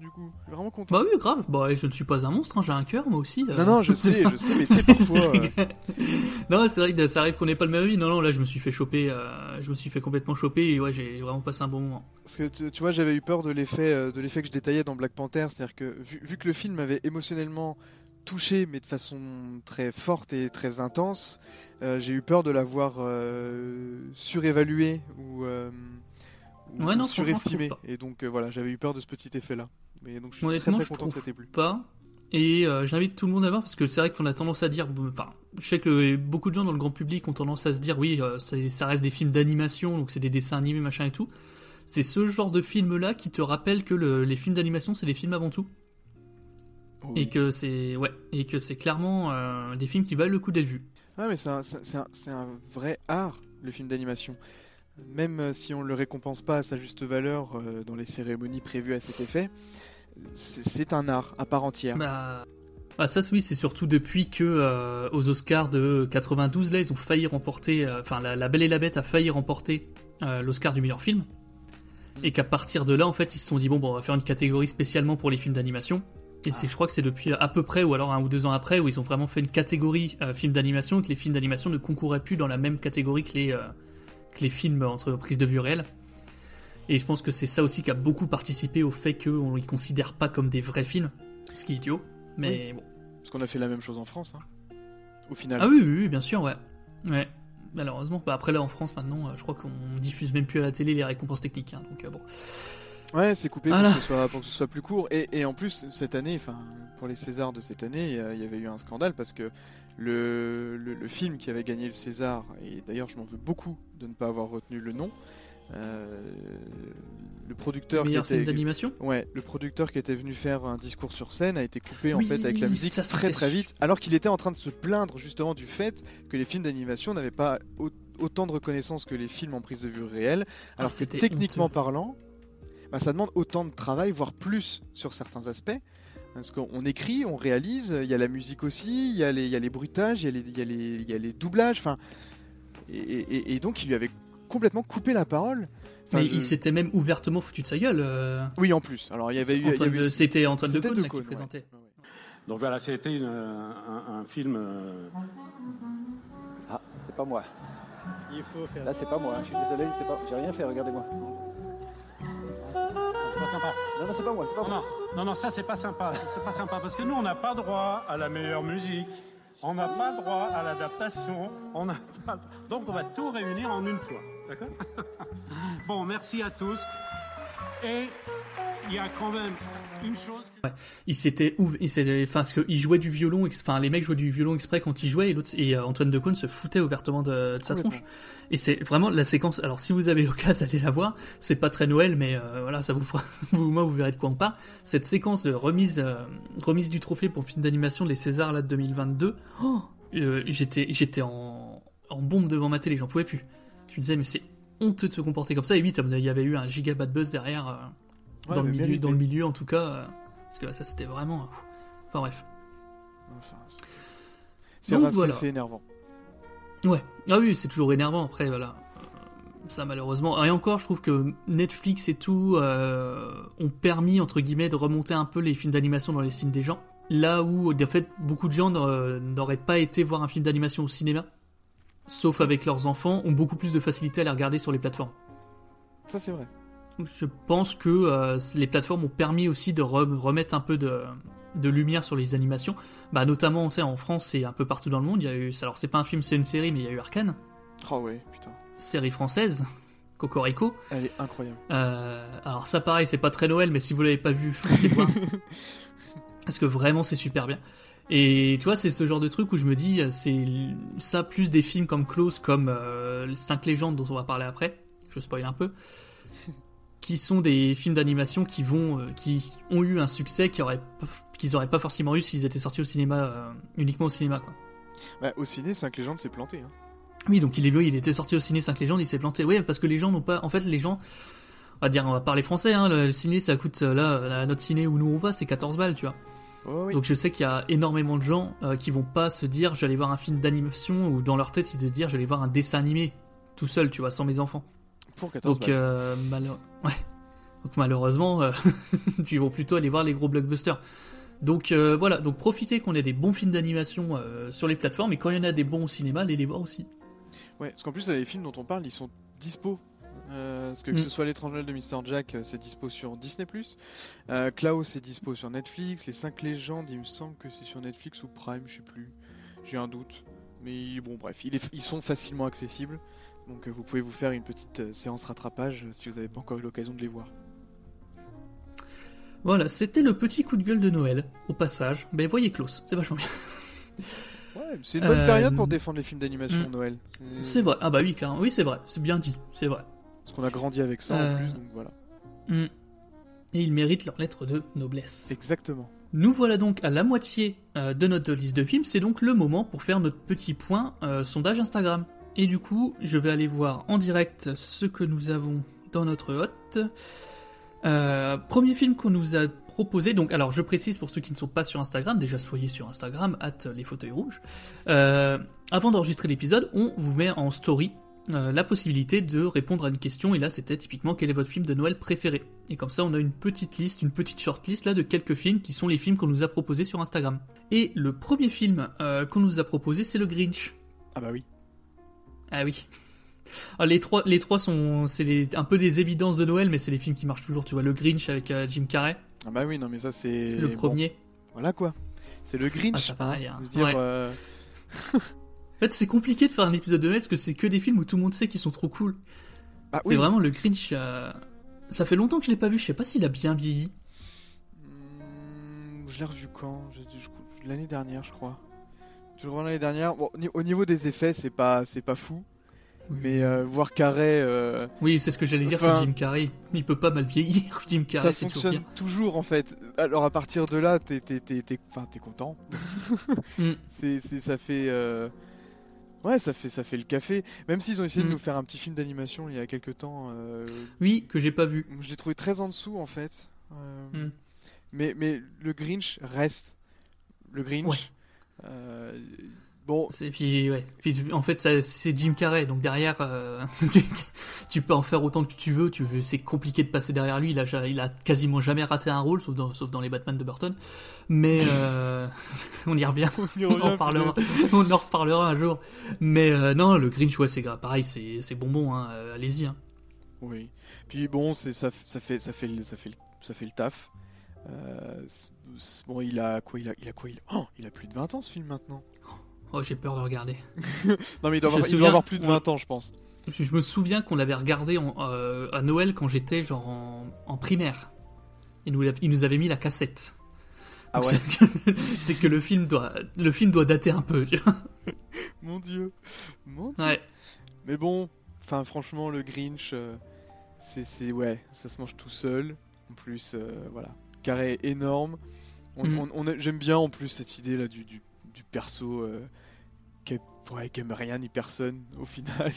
Speaker 7: du coup. Je suis vraiment content.
Speaker 6: Bah oui, grave. Bah, je ne suis pas un monstre, hein, j'ai un cœur, moi aussi. Euh...
Speaker 7: Non, non, je sais, je sais, mais tu sais, parfois... Euh...
Speaker 6: non, c'est vrai que ça arrive qu'on n'ait pas le même avis. Non, non, là, je me suis fait choper, euh, je me suis fait complètement choper, et ouais, j'ai vraiment passé un bon moment.
Speaker 7: Parce que, tu, tu vois, j'avais eu peur de l'effet, euh, de l'effet que je détaillais dans Black Panther, c'est-à-dire que, vu, vu que le film m'avait émotionnellement touché, mais de façon très forte et très intense, euh, j'ai eu peur de l'avoir euh, surévalué ou... Euh,
Speaker 6: Ouais, non,
Speaker 7: surestimé, et donc euh, voilà, j'avais eu peur de ce petit effet là, mais donc je suis
Speaker 6: honnêtement,
Speaker 7: très très content que c'était plus
Speaker 6: pas. Et euh, j'invite tout le monde à voir, parce que c'est vrai qu'on a tendance à dire, enfin, je sais que beaucoup de gens dans le grand public ont tendance à se dire oui, euh, ça reste des films d'animation, donc c'est des dessins animés machin et tout. C'est ce genre de film là qui te rappelle que le, les films d'animation c'est des films avant tout. Oh oui. Et que c'est ouais, et que c'est clairement euh, des films qui valent le coup d'être vus.
Speaker 7: Ah mais c'est un, c'est un, c'est un vrai art, le film d'animation. Même si on ne le récompense pas à sa juste valeur euh, dans les cérémonies prévues à cet effet, c'est, c'est un art à part entière.
Speaker 6: Bah, bah ça oui, c'est surtout depuis que euh, aux Oscars de quatre-vingt-douze là, ils ont failli remporter, enfin euh, la, la Belle et la Bête a failli remporter euh, l'Oscar du meilleur film, mmh. et qu'à partir de là, en fait, ils se sont dit bon, bon, on va faire une catégorie spécialement pour les films d'animation. Et c'est, ah. je crois que c'est depuis à peu près, ou alors un ou deux ans après, où ils ont vraiment fait une catégorie euh, films d'animation, et que les films d'animation ne concouraient plus dans la même catégorie que les euh, les films entre prises de vue réelles. Et je pense que c'est ça aussi qui a beaucoup participé au fait qu'on les considère pas comme des vrais films, ce qui est idiot, mais oui. Bon.
Speaker 7: Parce qu'on a fait la même chose en France, hein, au final.
Speaker 6: Ah oui, oui, oui, bien sûr, ouais. Ouais, malheureusement. Bah après là, en France, maintenant, je crois qu'on diffuse même plus à la télé les récompenses techniques, hein, donc euh, bon.
Speaker 7: Ouais, c'est coupé
Speaker 6: voilà.
Speaker 7: pour, que ce soit, pour que ce soit plus court. Et, et en plus, cette année, enfin, pour les Césars de cette année, il y avait eu un scandale parce que le, le, le film qui avait gagné le César, et d'ailleurs je m'en veux beaucoup de ne pas avoir retenu le nom, euh, le producteur
Speaker 6: le meilleur
Speaker 7: qui était,
Speaker 6: film d'animation
Speaker 7: ouais, le producteur qui était venu faire un discours sur scène a été coupé en
Speaker 6: oui,
Speaker 7: fait avec la musique
Speaker 6: ça,
Speaker 7: très très vite, alors qu'il était en train de se plaindre justement du fait que les films d'animation n'avaient pas au, autant de reconnaissance que les films en prise de vue réelle, alors ah, que techniquement honteux. parlant, bah, ça demande autant de travail, voire plus sur certains aspects. Parce qu'on écrit, on réalise, il y a la musique aussi, il y a les, il y a les bruitages, il y a les, il y a les, il y a les doublages, enfin, et, et, et donc il lui avait complètement coupé la parole.
Speaker 6: Enfin, mais je... il s'était même ouvertement foutu de sa gueule. Euh...
Speaker 7: Oui, en plus. Alors il y avait eu,
Speaker 6: Antoine
Speaker 7: il y avait
Speaker 6: de...
Speaker 7: eu...
Speaker 6: c'était Antoine de Caunes qui
Speaker 7: ouais.
Speaker 6: présentait.
Speaker 7: Ouais, ouais.
Speaker 11: Donc voilà, c'était une, un, un film. Euh...
Speaker 4: Ah, c'est pas moi. Il faut faire. Là, c'est pas moi. Je suis désolé, c'est pas... j'ai rien fait. Regardez-moi.
Speaker 11: C'est pas sympa.
Speaker 4: Non, non, c'est pas moi. C'est pas
Speaker 11: non,
Speaker 4: moi.
Speaker 11: Non, non, ça, c'est pas sympa. C'est pas sympa parce que nous, on n'a pas droit à la meilleure musique. On n'a pas droit à l'adaptation. On n'a pas... Donc, on va tout réunir en une fois. D'accord ? Bon, merci à tous. Et il y a quand même une chose. Que...
Speaker 6: Ouais, il s'était ouvert, il s'était, enfin, parce qu'il jouait du violon, enfin, les mecs jouaient du violon exprès quand il jouait, et l'autre, et euh, Antoine de Caunes se foutait ouvertement de, de sa tronche. Et c'est vraiment la séquence. Alors, si vous avez l'occasion d'aller la voir, c'est pas très Noël, mais euh, voilà, ça vous fera, vous, moi, vous verrez de quoi on parle. Cette séquence de remise, euh, remise du trophée pour film d'animation les Césars là de deux mille vingt-deux. Oh, euh, j'étais, j'étais en, en bombe devant ma télé, j'en pouvais plus. Je me disais, mais c'est honteux de se comporter comme ça. Et oui, il y avait eu un giga bad buzz derrière, euh, ouais, dans, le milieu, dans le milieu en tout cas, euh, parce que là, ça c'était vraiment. Euh, enfin bref.
Speaker 7: Enfin, c'est c'est, Donc, voilà. c'est, c'est énervant.
Speaker 6: Ouais. Ah oui, c'est toujours énervant. Après, voilà. Euh, ça, malheureusement. Et encore, je trouve que Netflix et tout euh, ont permis, entre guillemets, de remonter un peu les films d'animation dans les cinémas des gens. Là où, en fait, beaucoup de gens n'auraient pas été voir un film d'animation au cinéma, sauf avec leurs enfants, ont beaucoup plus de facilité à les regarder sur les plateformes.
Speaker 7: Ça, c'est vrai.
Speaker 6: Je pense que euh, les plateformes ont permis aussi de re- remettre un peu de, de lumière sur les animations. Bah, notamment, on sait, en France et un peu partout dans le monde, il y a eu, alors c'est pas un film, c'est une série, mais il y a eu Arcane.
Speaker 7: Oh ouais, putain.
Speaker 6: Série française, Cocorico.
Speaker 7: Elle est incroyable.
Speaker 6: Euh, alors ça, pareil, c'est pas très Noël, mais si vous l'avez pas vu, foncez voir. Parce que vraiment, c'est super bien. Et tu vois, c'est ce genre de truc où je me dis, c'est ça plus des films comme Klaus, comme euh, les cinq légendes dont on va parler après, je spoil un peu, qui sont des films d'animation qui vont, euh, qui ont eu un succès qu'ils auraient, qu'ils auraient pas forcément eu s'ils étaient sortis au cinéma, euh, uniquement au cinéma, quoi.
Speaker 7: Bah, au ciné, cinq légendes s'est planté. Hein.
Speaker 6: Oui, donc il est il était sorti au ciné cinq légendes, il s'est planté. Oui, parce que les gens n'ont pas, en fait, les gens, on va dire, on va parler français, hein, le, le ciné, ça coûte là, la, notre ciné où nous on va, c'est quatorze balles, tu vois.
Speaker 7: Oh oui.
Speaker 6: Donc je sais qu'il y a énormément de gens euh, qui vont pas se dire j'allais voir un film d'animation, ou dans leur tête ils se dire j'allais voir un dessin animé tout seul, tu vois, sans mes enfants.
Speaker 7: Pour quatorze
Speaker 6: Donc
Speaker 7: balles.
Speaker 6: euh, mal... ouais. Donc malheureusement, euh, ils vont plutôt aller voir les gros blockbusters. Donc euh, voilà, donc profitez qu'on ait des bons films d'animation euh, sur les plateformes, et quand il y en a des bons au cinéma, allez les voir aussi.
Speaker 7: Ouais, parce qu'en plus, les films dont on parle, ils sont dispo. Euh, parce que, mm. que ce soit L'étrange Noël de mister Jack, c'est dispo sur Disney plus, euh, Klaus c'est dispo sur Netflix, Les cinq légendes, il me semble que c'est sur Netflix ou Prime, je sais plus, j'ai un doute. Mais bon, bref, il est, ils sont facilement accessibles, donc euh, vous pouvez vous faire une petite euh, séance rattrapage euh, si vous n'avez pas encore eu l'occasion de les voir.
Speaker 6: Voilà, c'était le petit coup de gueule de Noël, au passage. Ben voyez Klaus, c'est vachement bien.
Speaker 7: Ouais, c'est une bonne euh... période pour défendre les films d'animation
Speaker 6: mm.
Speaker 7: Noël.
Speaker 6: C'est... c'est vrai, ah bah oui, clairement, oui c'est vrai, c'est bien dit, c'est vrai.
Speaker 7: Parce qu'on a grandi avec ça euh... en plus, donc voilà.
Speaker 6: Mm. Et ils méritent leur lettre de noblesse.
Speaker 7: Exactement.
Speaker 6: Nous voilà donc à la moitié euh, de notre liste de films, c'est donc le moment pour faire notre petit point euh, sondage Instagram. Et du coup, je vais aller voir en direct ce que nous avons dans notre hôte. Euh, premier film qu'on nous a proposé, donc alors je précise pour ceux qui ne sont pas sur Instagram, déjà soyez sur Instagram, hâte les fauteuils rouges. Euh, avant d'enregistrer l'épisode, on vous met en story euh, la possibilité de répondre à une question, et là c'était typiquement quel est votre film de Noël préféré. Et comme ça on a une petite liste, une petite shortlist là de quelques films qui sont les films qu'on nous a proposés sur Instagram. Et le premier film euh, qu'on nous a proposé c'est le Grinch.
Speaker 7: Ah bah oui.
Speaker 6: Ah oui. Alors, les trois, les trois sont, c'est les, un peu des évidences de Noël, mais c'est les films qui marchent toujours. Tu vois, le Grinch avec euh, Jim Carrey.
Speaker 7: Ah bah oui, non mais ça c'est
Speaker 6: le premier.
Speaker 7: Bon, voilà quoi. C'est le Grinch.
Speaker 6: Ah, c'est pareil. Hein.
Speaker 7: Je veux dire,
Speaker 6: ouais.
Speaker 7: euh...
Speaker 6: En fait, c'est compliqué de faire un épisode de Noël parce que c'est que des films où tout le monde sait qu'ils sont trop cool.
Speaker 7: Bah,
Speaker 6: c'est
Speaker 7: oui.
Speaker 6: vraiment le Grinch. Euh... Ça fait longtemps que je l'ai pas vu. Je sais pas s'il a bien vieilli.
Speaker 7: Mmh, je l'ai revu quand je, je, L'année dernière, je crois. Je le revois l'année dernière. Bon, au niveau des effets, c'est pas, c'est pas fou. Oui. Mais euh, voir Carrey... Euh...
Speaker 6: Oui, c'est ce que j'allais dire, enfin, c'est Jim Carrey. Il peut pas mal vieillir, Jim Carrey.
Speaker 7: Ça fonctionne toujours, en fait. Alors à partir de là, t'es, t'es, t'es, t'es, enfin, t'es content. mm. c'est, c'est, ça fait... Euh... Ouais, ça fait, ça fait le café. Même s'ils ont essayé mm. de nous faire un petit film d'animation il y a quelques temps. Euh...
Speaker 6: Oui, que j'ai pas vu.
Speaker 7: Je l'ai trouvé très en dessous, en fait. Euh...
Speaker 6: Mm.
Speaker 7: Mais, mais le Grinch reste le Grinch.
Speaker 6: Ouais.
Speaker 7: Euh... Bon,
Speaker 6: c'est, puis, ouais. puis en fait ça, c'est Jim Carrey, donc derrière euh, tu, tu peux en faire autant que tu veux, tu veux, c'est compliqué de passer derrière lui, il a, il a quasiment jamais raté un rôle, sauf dans, sauf dans les Batman de Burton, mais euh, on y revient, on, y revient, on, en parlera, on en reparlera un jour, mais euh, non, le Grinch, ouais, c'est pareil, c'est, c'est bonbon, hein, allez-y. Hein.
Speaker 7: Oui, puis bon, c'est, ça, ça, fait, ça, fait, ça, fait, ça fait le taf. Euh, c'est, c'est, bon, il a quoi, il a, il a quoi, il a, oh, il a plus de vingt ans ce film maintenant.
Speaker 6: Oh, j'ai peur de regarder.
Speaker 7: Non, mais il doit, avoir, il doit avoir plus de vingt ans, je pense.
Speaker 6: Je me souviens qu'on l'avait regardé en, euh, à Noël quand j'étais genre en, en primaire. Et nous, il nous avait mis la cassette.
Speaker 7: Ah ouais.
Speaker 6: C'est que, c'est que le film doit, le film doit dater un peu. Tu vois.
Speaker 7: Mon Dieu, mon Dieu.
Speaker 6: Ouais.
Speaker 7: Mais bon, enfin franchement, le Grinch, euh, c'est, c'est ouais, ça se mange tout seul. En plus, euh, voilà, Carré énorme. On, mm. on, on a, j'aime bien en plus cette idée là du, du du perso euh, qui, ouais, qui aime rien ni personne au final.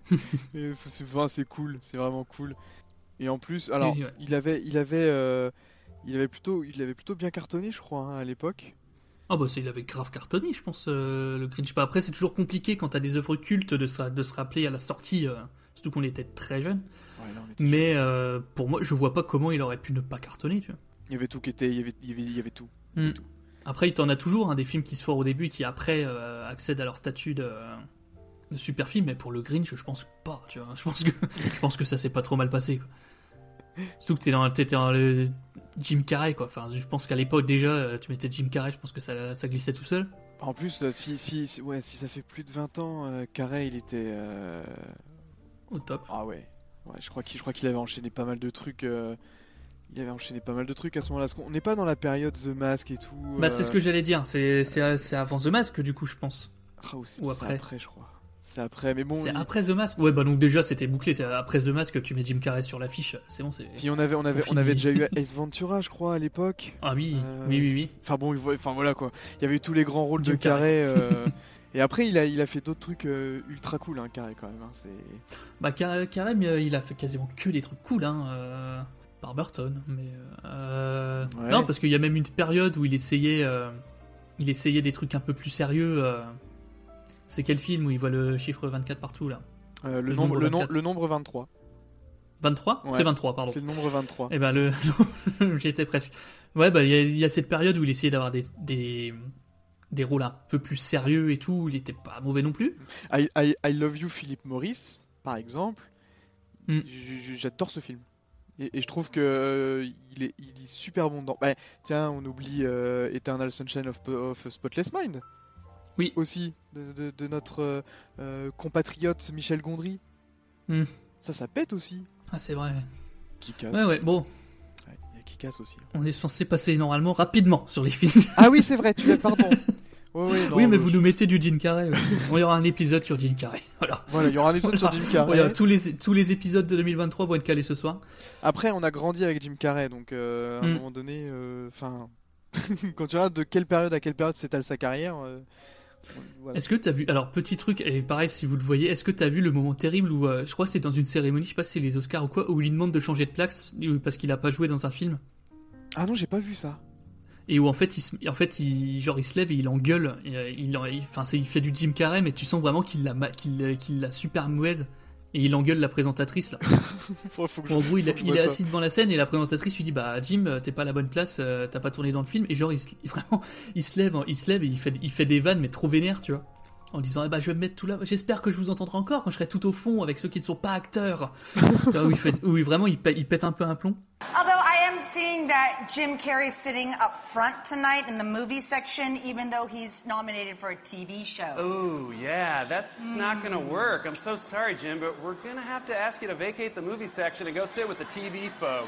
Speaker 7: Et c'est, enfin, c'est cool, c'est vraiment cool. Et en plus, alors oui, ouais. il avait, il avait, euh, il avait plutôt, il avait plutôt bien cartonné, je crois, hein, à l'époque.
Speaker 6: Ah bah c'est, il avait grave cartonné, je pense, euh, le Grinch. Après, c'est toujours compliqué quand t'as des œuvres cultes de se, de se rappeler à la sortie, euh, surtout qu'on était très jeunes.
Speaker 7: Ouais, là, on était
Speaker 6: Mais euh, pour moi, je vois pas comment il aurait pu ne pas cartonner, tu vois.
Speaker 7: Il y avait tout qui était, il y avait, il y avait, il y avait tout. Il y avait
Speaker 6: mm.
Speaker 7: tout.
Speaker 6: Après, il t'en a toujours, hein, des films qui se foirent au début et qui après euh, accèdent à leur statut de, de super film, mais pour le Grinch, je pense pas, tu vois. Je pense que, je pense que ça s'est pas trop mal passé, quoi. Surtout que t'es dans, t'étais dans le Jim Carrey, quoi. Enfin, je pense qu'à l'époque, déjà, tu mettais Jim Carrey, je pense que ça, ça glissait tout seul.
Speaker 7: En plus, si, si, si, ouais, si ça fait plus de vingt ans, euh, Carrey, il était... Euh...
Speaker 6: Au top.
Speaker 7: Ah ouais. Ouais, je crois qu'il, je crois qu'il avait enchaîné pas mal de trucs... Euh... Il avait enchaîné pas mal de trucs à ce moment-là. On n'est pas dans la période The Mask et tout.
Speaker 6: Bah, euh... c'est ce que j'allais dire. C'est, c'est, c'est avant The Mask, du coup, je pense.
Speaker 7: Ah, ou, c'est,
Speaker 6: ou
Speaker 7: c'est
Speaker 6: après.
Speaker 7: après, je crois. C'est après, mais bon.
Speaker 6: C'est
Speaker 7: il...
Speaker 6: après The Mask. Ouais, bah donc déjà, c'était bouclé. C'est après The Mask, tu mets Jim Carrey sur l'affiche. C'est bon, c'est.
Speaker 7: Puis on avait, on avait, on avait déjà eu Ace Ventura, je crois, à l'époque.
Speaker 6: Ah oui, euh... oui, oui, oui.
Speaker 7: Enfin bon, enfin voilà quoi. Il y avait eu tous les grands rôles Jim de Carrey. euh... Et après, il a, il a fait d'autres trucs euh, ultra cool, hein, Carrey quand même. Hein, c'est...
Speaker 6: Bah Carrey, Carrey, mais il a fait quasiment que des trucs cool, hein. Euh... Par Burton, mais euh... ouais. Non, parce qu'il y a même une période où il essayait, euh... il essayait des trucs un peu plus sérieux. Euh... C'est quel film où il voit le chiffre vingt-quatre partout là
Speaker 7: euh, le, le, nombre, le, nom, le nombre vingt-trois.
Speaker 6: vingt-trois
Speaker 7: Ouais,
Speaker 6: C'est vingt-trois, pardon.
Speaker 7: C'est le nombre vingt-trois.
Speaker 6: Eh ben, le... j'y étais presque. Ouais, bah, il y, a- il y a cette période où il essayait d'avoir des, des, des rôles un peu plus sérieux et tout. Il était pas mauvais non plus.
Speaker 7: I, I, I Love You, Philippe Morris, par exemple.
Speaker 6: Mm.
Speaker 7: J- j- J'adore ce film. Et, et je trouve que euh, il, est, il est super bon dedans. Bah, tiens, on oublie euh, Eternal Sunshine of, of a Spotless Mind.
Speaker 6: Oui.
Speaker 7: Aussi, de, de, de notre euh, euh, compatriote Michel Gondry.
Speaker 6: Mm.
Speaker 7: Ça, ça pète aussi.
Speaker 6: Ah, c'est vrai.
Speaker 7: Qui casse.
Speaker 6: Ouais, ouais, bon.
Speaker 7: Ouais, il y a qui casse aussi.
Speaker 6: On est censé passer normalement rapidement sur les films.
Speaker 7: Ah oui, c'est vrai, tu l'as, pardon. Ouais, ouais, non,
Speaker 6: oui, mais
Speaker 7: euh,
Speaker 6: vous nous mettez du Jim Carrey aussi. Il y aura un épisode sur Jim Carrey. Voilà.
Speaker 7: Voilà, il y aura un épisode sur Jim Carrey.
Speaker 6: Voilà, tous, les, tous les épisodes de deux mille vingt-trois vont être calés ce soir.
Speaker 7: Après, on a grandi avec Jim Carrey, donc euh, à un
Speaker 6: Mm.
Speaker 7: moment donné, enfin, quand tu regardes de quelle période à quelle période s'étale sa carrière. euh, voilà.
Speaker 6: Est-ce que t'as vu, alors petit truc, et pareil si vous le voyez, est-ce que t'as vu le moment terrible où, euh, je crois que c'est dans une cérémonie, je sais pas si c'est les Oscars ou quoi, où il lui demande de changer de place euh, parce qu'il a pas joué dans un film,
Speaker 7: Ah non, j'ai pas vu ça.
Speaker 6: et où en fait il, se- en fait il, genre il se lève et il engueule, et, euh, il, en- il- enfin c'est, il fait du Jim Carrey, mais tu sens vraiment qu'il l'a, ma- qu'il, euh, qu'il l'a super mauvaise, et il engueule la présentatrice là.
Speaker 7: faut, faut que je,
Speaker 6: En gros, il,
Speaker 7: faut que je
Speaker 6: il
Speaker 7: vois
Speaker 6: est
Speaker 7: ça.
Speaker 6: assis devant la scène et la présentatrice lui dit bah Jim, euh, t'es pas à la bonne place, euh, t'as pas tourné dans le film, et genre il se, vraiment il se lève, il se lève et il fait, il fait des vannes mais trop vénère, tu vois. En disant, eh bah, je vais me mettre tout là. J'espère que je vous entendrai encore quand je serai tout au fond avec ceux qui ne sont pas acteurs. Là, où il fait, où il, vraiment, il pète, il pète un peu un plomb.
Speaker 12: Although I am seeing that Jim Carrey's sitting up front tonight in the movie section, even though he's nominated for a T V show.
Speaker 13: Oh, yeah, that's not going to work. I'm so sorry, Jim, but we're going to have to ask you to vacate the movie section and go sit with the T V folk.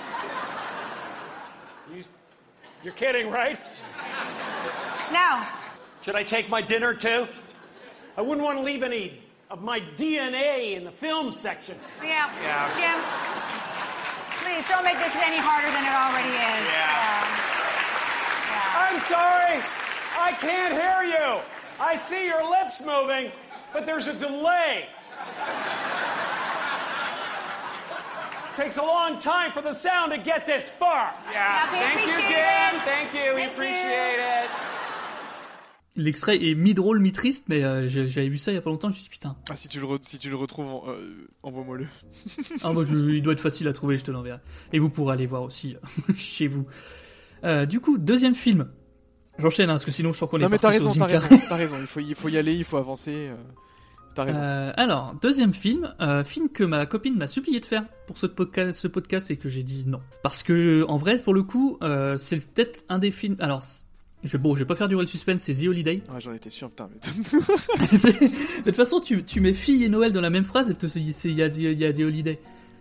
Speaker 11: You, you're kidding, right?
Speaker 12: Now,
Speaker 11: Should I take my dinner too? I wouldn't want to leave any of my D N A in the film section.
Speaker 12: yeah,
Speaker 11: Yeah.
Speaker 12: Jim, please don't make this any harder than it already is.
Speaker 11: Yeah. I'm sorry. I can't hear you. I see your lips moving, but there's a delay. Takes a long time for the sound to get this far.
Speaker 12: Yeah, we
Speaker 13: Thank you,
Speaker 12: appreciate
Speaker 13: Jim.
Speaker 12: it.
Speaker 13: Thank you. We
Speaker 12: Thank
Speaker 13: appreciate it.
Speaker 6: L'extrait est mi-drôle, mi-triste, mais euh, j'ai- j'avais vu ça il y a pas longtemps, je me suis dit putain.
Speaker 7: Ah, si tu le, re- si tu le retrouves, en- euh, envoie-moi-le.
Speaker 6: Ah, bah, je- il doit être facile à trouver, je te l'enverrai. Et vous pourrez aller voir aussi euh, chez vous. Euh, du coup, deuxième film. J'enchaîne, hein, parce que sinon je sens qu'on est
Speaker 7: Non, mais
Speaker 6: parti
Speaker 7: t'as
Speaker 6: sur
Speaker 7: raison,
Speaker 6: Jim
Speaker 7: t'as
Speaker 6: Carrey.
Speaker 7: raison, t'as raison. Il faut, y- il faut y aller, il faut avancer. euh, T'as raison.
Speaker 6: Euh, alors, deuxième film, euh, film que ma copine m'a supplié de faire pour ce podcast, ce podcast et que j'ai dit non. Parce que, en vrai, pour le coup, euh, c'est peut-être un des films. Alors, je, bon, je vais pas faire durer le suspense, c'est The Holiday.
Speaker 7: Ouais, j'en étais sûr, putain. Mais...
Speaker 6: C'est- de toute façon, tu, tu mets fille et Noël dans la même phrase, et te- c'est- il y a, The- il y a The Holiday.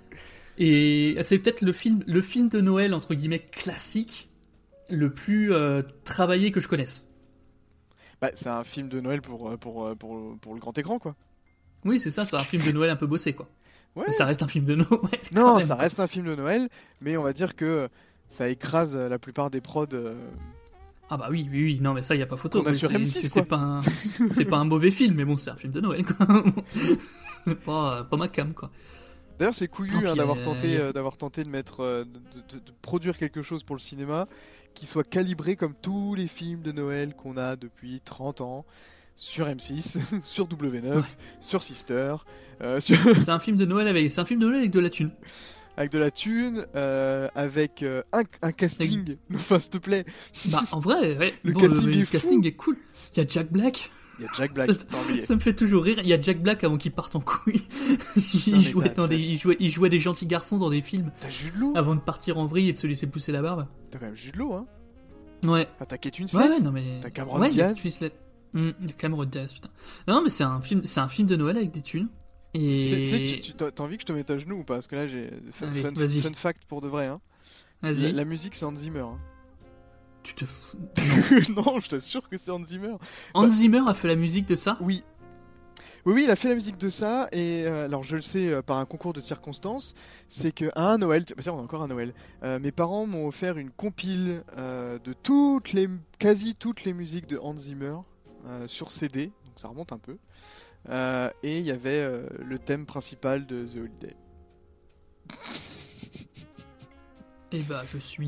Speaker 6: Et c'est peut-être le film, le film de Noël, entre guillemets, classique, le plus euh, travaillé que je connaisse.
Speaker 7: Bah, c'est un film de Noël pour, euh, pour, euh, pour, pour le grand écran, quoi.
Speaker 6: Oui, c'est ça, c'est un film de Noël un peu bossé, quoi.
Speaker 7: Ouais.
Speaker 6: Mais ça reste un film de Noël. quand
Speaker 7: Non,
Speaker 6: même.
Speaker 7: ça reste un film de Noël, mais on va dire que ça écrase la plupart des prods. euh,
Speaker 6: Ah bah oui, oui, oui, non mais ça y a pas photo.
Speaker 7: Qu'on a
Speaker 6: Mais
Speaker 7: sur
Speaker 6: c'est-
Speaker 7: M six,
Speaker 6: c'est-
Speaker 7: quoi.
Speaker 6: C'est pas, un... c'est pas un mauvais film, mais bon, c'est un film de Noël, quoi. C'est pas, pas ma cam, quoi.
Speaker 7: D'ailleurs, c'est couillu
Speaker 6: Non, puis
Speaker 7: hein,
Speaker 6: il y
Speaker 7: d'avoir
Speaker 6: a-
Speaker 7: tenté,
Speaker 6: il y a-
Speaker 7: euh, d'avoir tenté de mettre, euh, de, de- de produire quelque chose pour le cinéma qui soit calibré comme tous les films de Noël qu'on a depuis trente ans sur M six, sur W neuf, sur Sister, euh, sur-
Speaker 6: C'est un film de Noël avec, c'est un film de Noël avec de la thune.
Speaker 7: avec de la thune, euh, avec euh, un, un casting. Enfin, s'il te plaît.
Speaker 6: Bah en vrai, ouais,
Speaker 7: Le
Speaker 6: bon,
Speaker 7: casting
Speaker 6: le,
Speaker 7: est
Speaker 6: le
Speaker 7: fou.
Speaker 6: casting est cool. Il y a Jack Black.
Speaker 7: Il y a Jack Black.
Speaker 6: Ça,
Speaker 7: Attends, mais-
Speaker 6: ça me fait toujours rire. Il y a Jack Black avant qu'il parte en couille.
Speaker 7: Non,
Speaker 6: il,
Speaker 7: mais
Speaker 6: jouait
Speaker 7: t'as-
Speaker 6: dans
Speaker 7: t'as-
Speaker 6: des, il, jouait, il jouait des gentils garçons dans des films.
Speaker 7: T'as Jude Law.
Speaker 6: Avant de partir en vrille et de se laisser pousser la barbe.
Speaker 7: T'as quand même Jude Law, hein.
Speaker 6: Ouais.
Speaker 7: Ah, t'as Kate Winslet.
Speaker 6: Ouais, ouais, non mais.
Speaker 7: T'as Cameron
Speaker 6: ouais, il y a
Speaker 7: Diaz.
Speaker 6: Kate Winslet. Hum, il y a Cameron Diaz, putain. Non, mais c'est un film, c'est un film de Noël avec des thunes. Et.
Speaker 7: Tu sais- tu sais que tu- tu- T'as t'as envie que je te mette à genoux ou pas? Parce que là, j'ai fun,
Speaker 6: Allez,
Speaker 7: fun-
Speaker 6: vas-y.
Speaker 7: fun fact pour de vrai. Hein.
Speaker 6: Vas-y.
Speaker 7: La, la musique, c'est Hans Zimmer. Hein.
Speaker 6: Tu te fous.
Speaker 7: non, je t'assure que c'est Hans Zimmer.
Speaker 6: Hans
Speaker 7: Bah,
Speaker 6: Zimmer a fait la musique de ça.
Speaker 7: Oui. Oui, oui, il a fait la musique de ça, et euh, alors je le sais euh, par un concours de circonstances, c'est qu'à un Noël, bah, tiens, on a encore un Noël, euh, mes parents m'ont offert une compile euh, de toutes les, quasi toutes les musiques de Hans Zimmer euh, sur C D, donc ça remonte un peu, euh, et il y avait euh, le thème principal de The Holiday.
Speaker 6: Et bah, je suis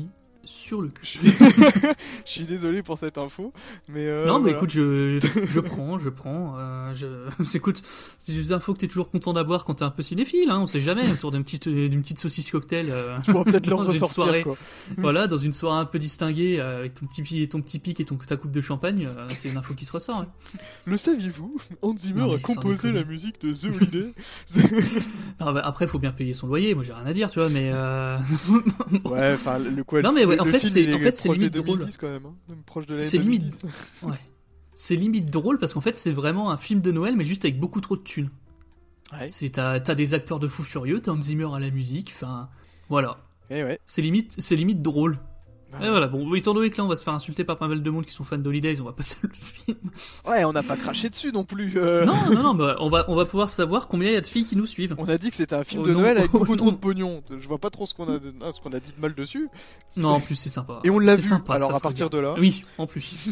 Speaker 6: sur le cul.
Speaker 7: Je suis désolé pour cette info, mais euh,
Speaker 6: non, mais
Speaker 7: voilà.
Speaker 6: écoute, je, je prends, je prends. Euh, je... Écoute, c'est des infos que t'es toujours content d'avoir quand t'es un peu cinéphile, hein, on sait jamais, autour d'une petite, d'une petite saucisse cocktail. Euh,
Speaker 7: on pourra peut-être leur
Speaker 6: dans une
Speaker 7: ressortir,
Speaker 6: soirée,
Speaker 7: quoi.
Speaker 6: Voilà, dans une soirée un peu distinguée, euh, avec ton petit, ton petit pic et ton, ta coupe de champagne, euh, c'est une info qui se ressort. Hein.
Speaker 7: Le saviez-vous? Hans Zimmer
Speaker 6: Non,
Speaker 7: a composé la musique de The Holiday.
Speaker 6: Non, bah, après, faut bien payer son loyer, moi j'ai rien à dire, tu vois, mais. Euh...
Speaker 7: ouais, enfin, le quoi?
Speaker 6: Non, mais ouais,
Speaker 7: le,
Speaker 6: en
Speaker 7: le
Speaker 6: fait,
Speaker 7: film,
Speaker 6: c'est,
Speaker 7: il est
Speaker 6: en fait, c'est
Speaker 7: proche
Speaker 6: limite
Speaker 7: des deux mille dix
Speaker 6: drôle.
Speaker 7: quand même, hein, même proche de l'année
Speaker 6: C'est
Speaker 7: deux mille
Speaker 6: limite.
Speaker 7: dix.
Speaker 6: Ouais. C'est limite drôle parce qu'en fait, c'est vraiment un film de Noël, mais juste avec beaucoup trop de thunes.
Speaker 7: Ouais.
Speaker 6: C'est, t'as, t'as des acteurs de fou furieux, t'as Hans Zimmer à la musique, enfin. Voilà.
Speaker 7: Et ouais.
Speaker 6: C'est limite, c'est limite drôle.
Speaker 7: Bah,
Speaker 6: et voilà, bon, étant donné que là, on va se faire insulter par pas mal de monde qui sont fans d'Holidays, on va passer le film.
Speaker 7: Ouais, on n'a pas craché dessus non plus. Euh...
Speaker 6: Non, non, non, bah, on va, on va pouvoir savoir combien il y a de filles qui nous suivent.
Speaker 7: On a dit que c'était un film
Speaker 6: Oh
Speaker 7: de
Speaker 6: non,
Speaker 7: Noël avec
Speaker 6: oh
Speaker 7: beaucoup
Speaker 6: non.
Speaker 7: trop de pognon. Je vois pas trop ce qu'on a, ah, ce qu'on a dit de mal dessus. C'est...
Speaker 6: Non, en plus, c'est sympa.
Speaker 7: Et on l'a
Speaker 6: C'est
Speaker 7: vu.
Speaker 6: sympa,
Speaker 7: alors
Speaker 6: ça
Speaker 7: à
Speaker 6: se
Speaker 7: partir
Speaker 6: regarde.
Speaker 7: de là.
Speaker 6: Oui, en plus.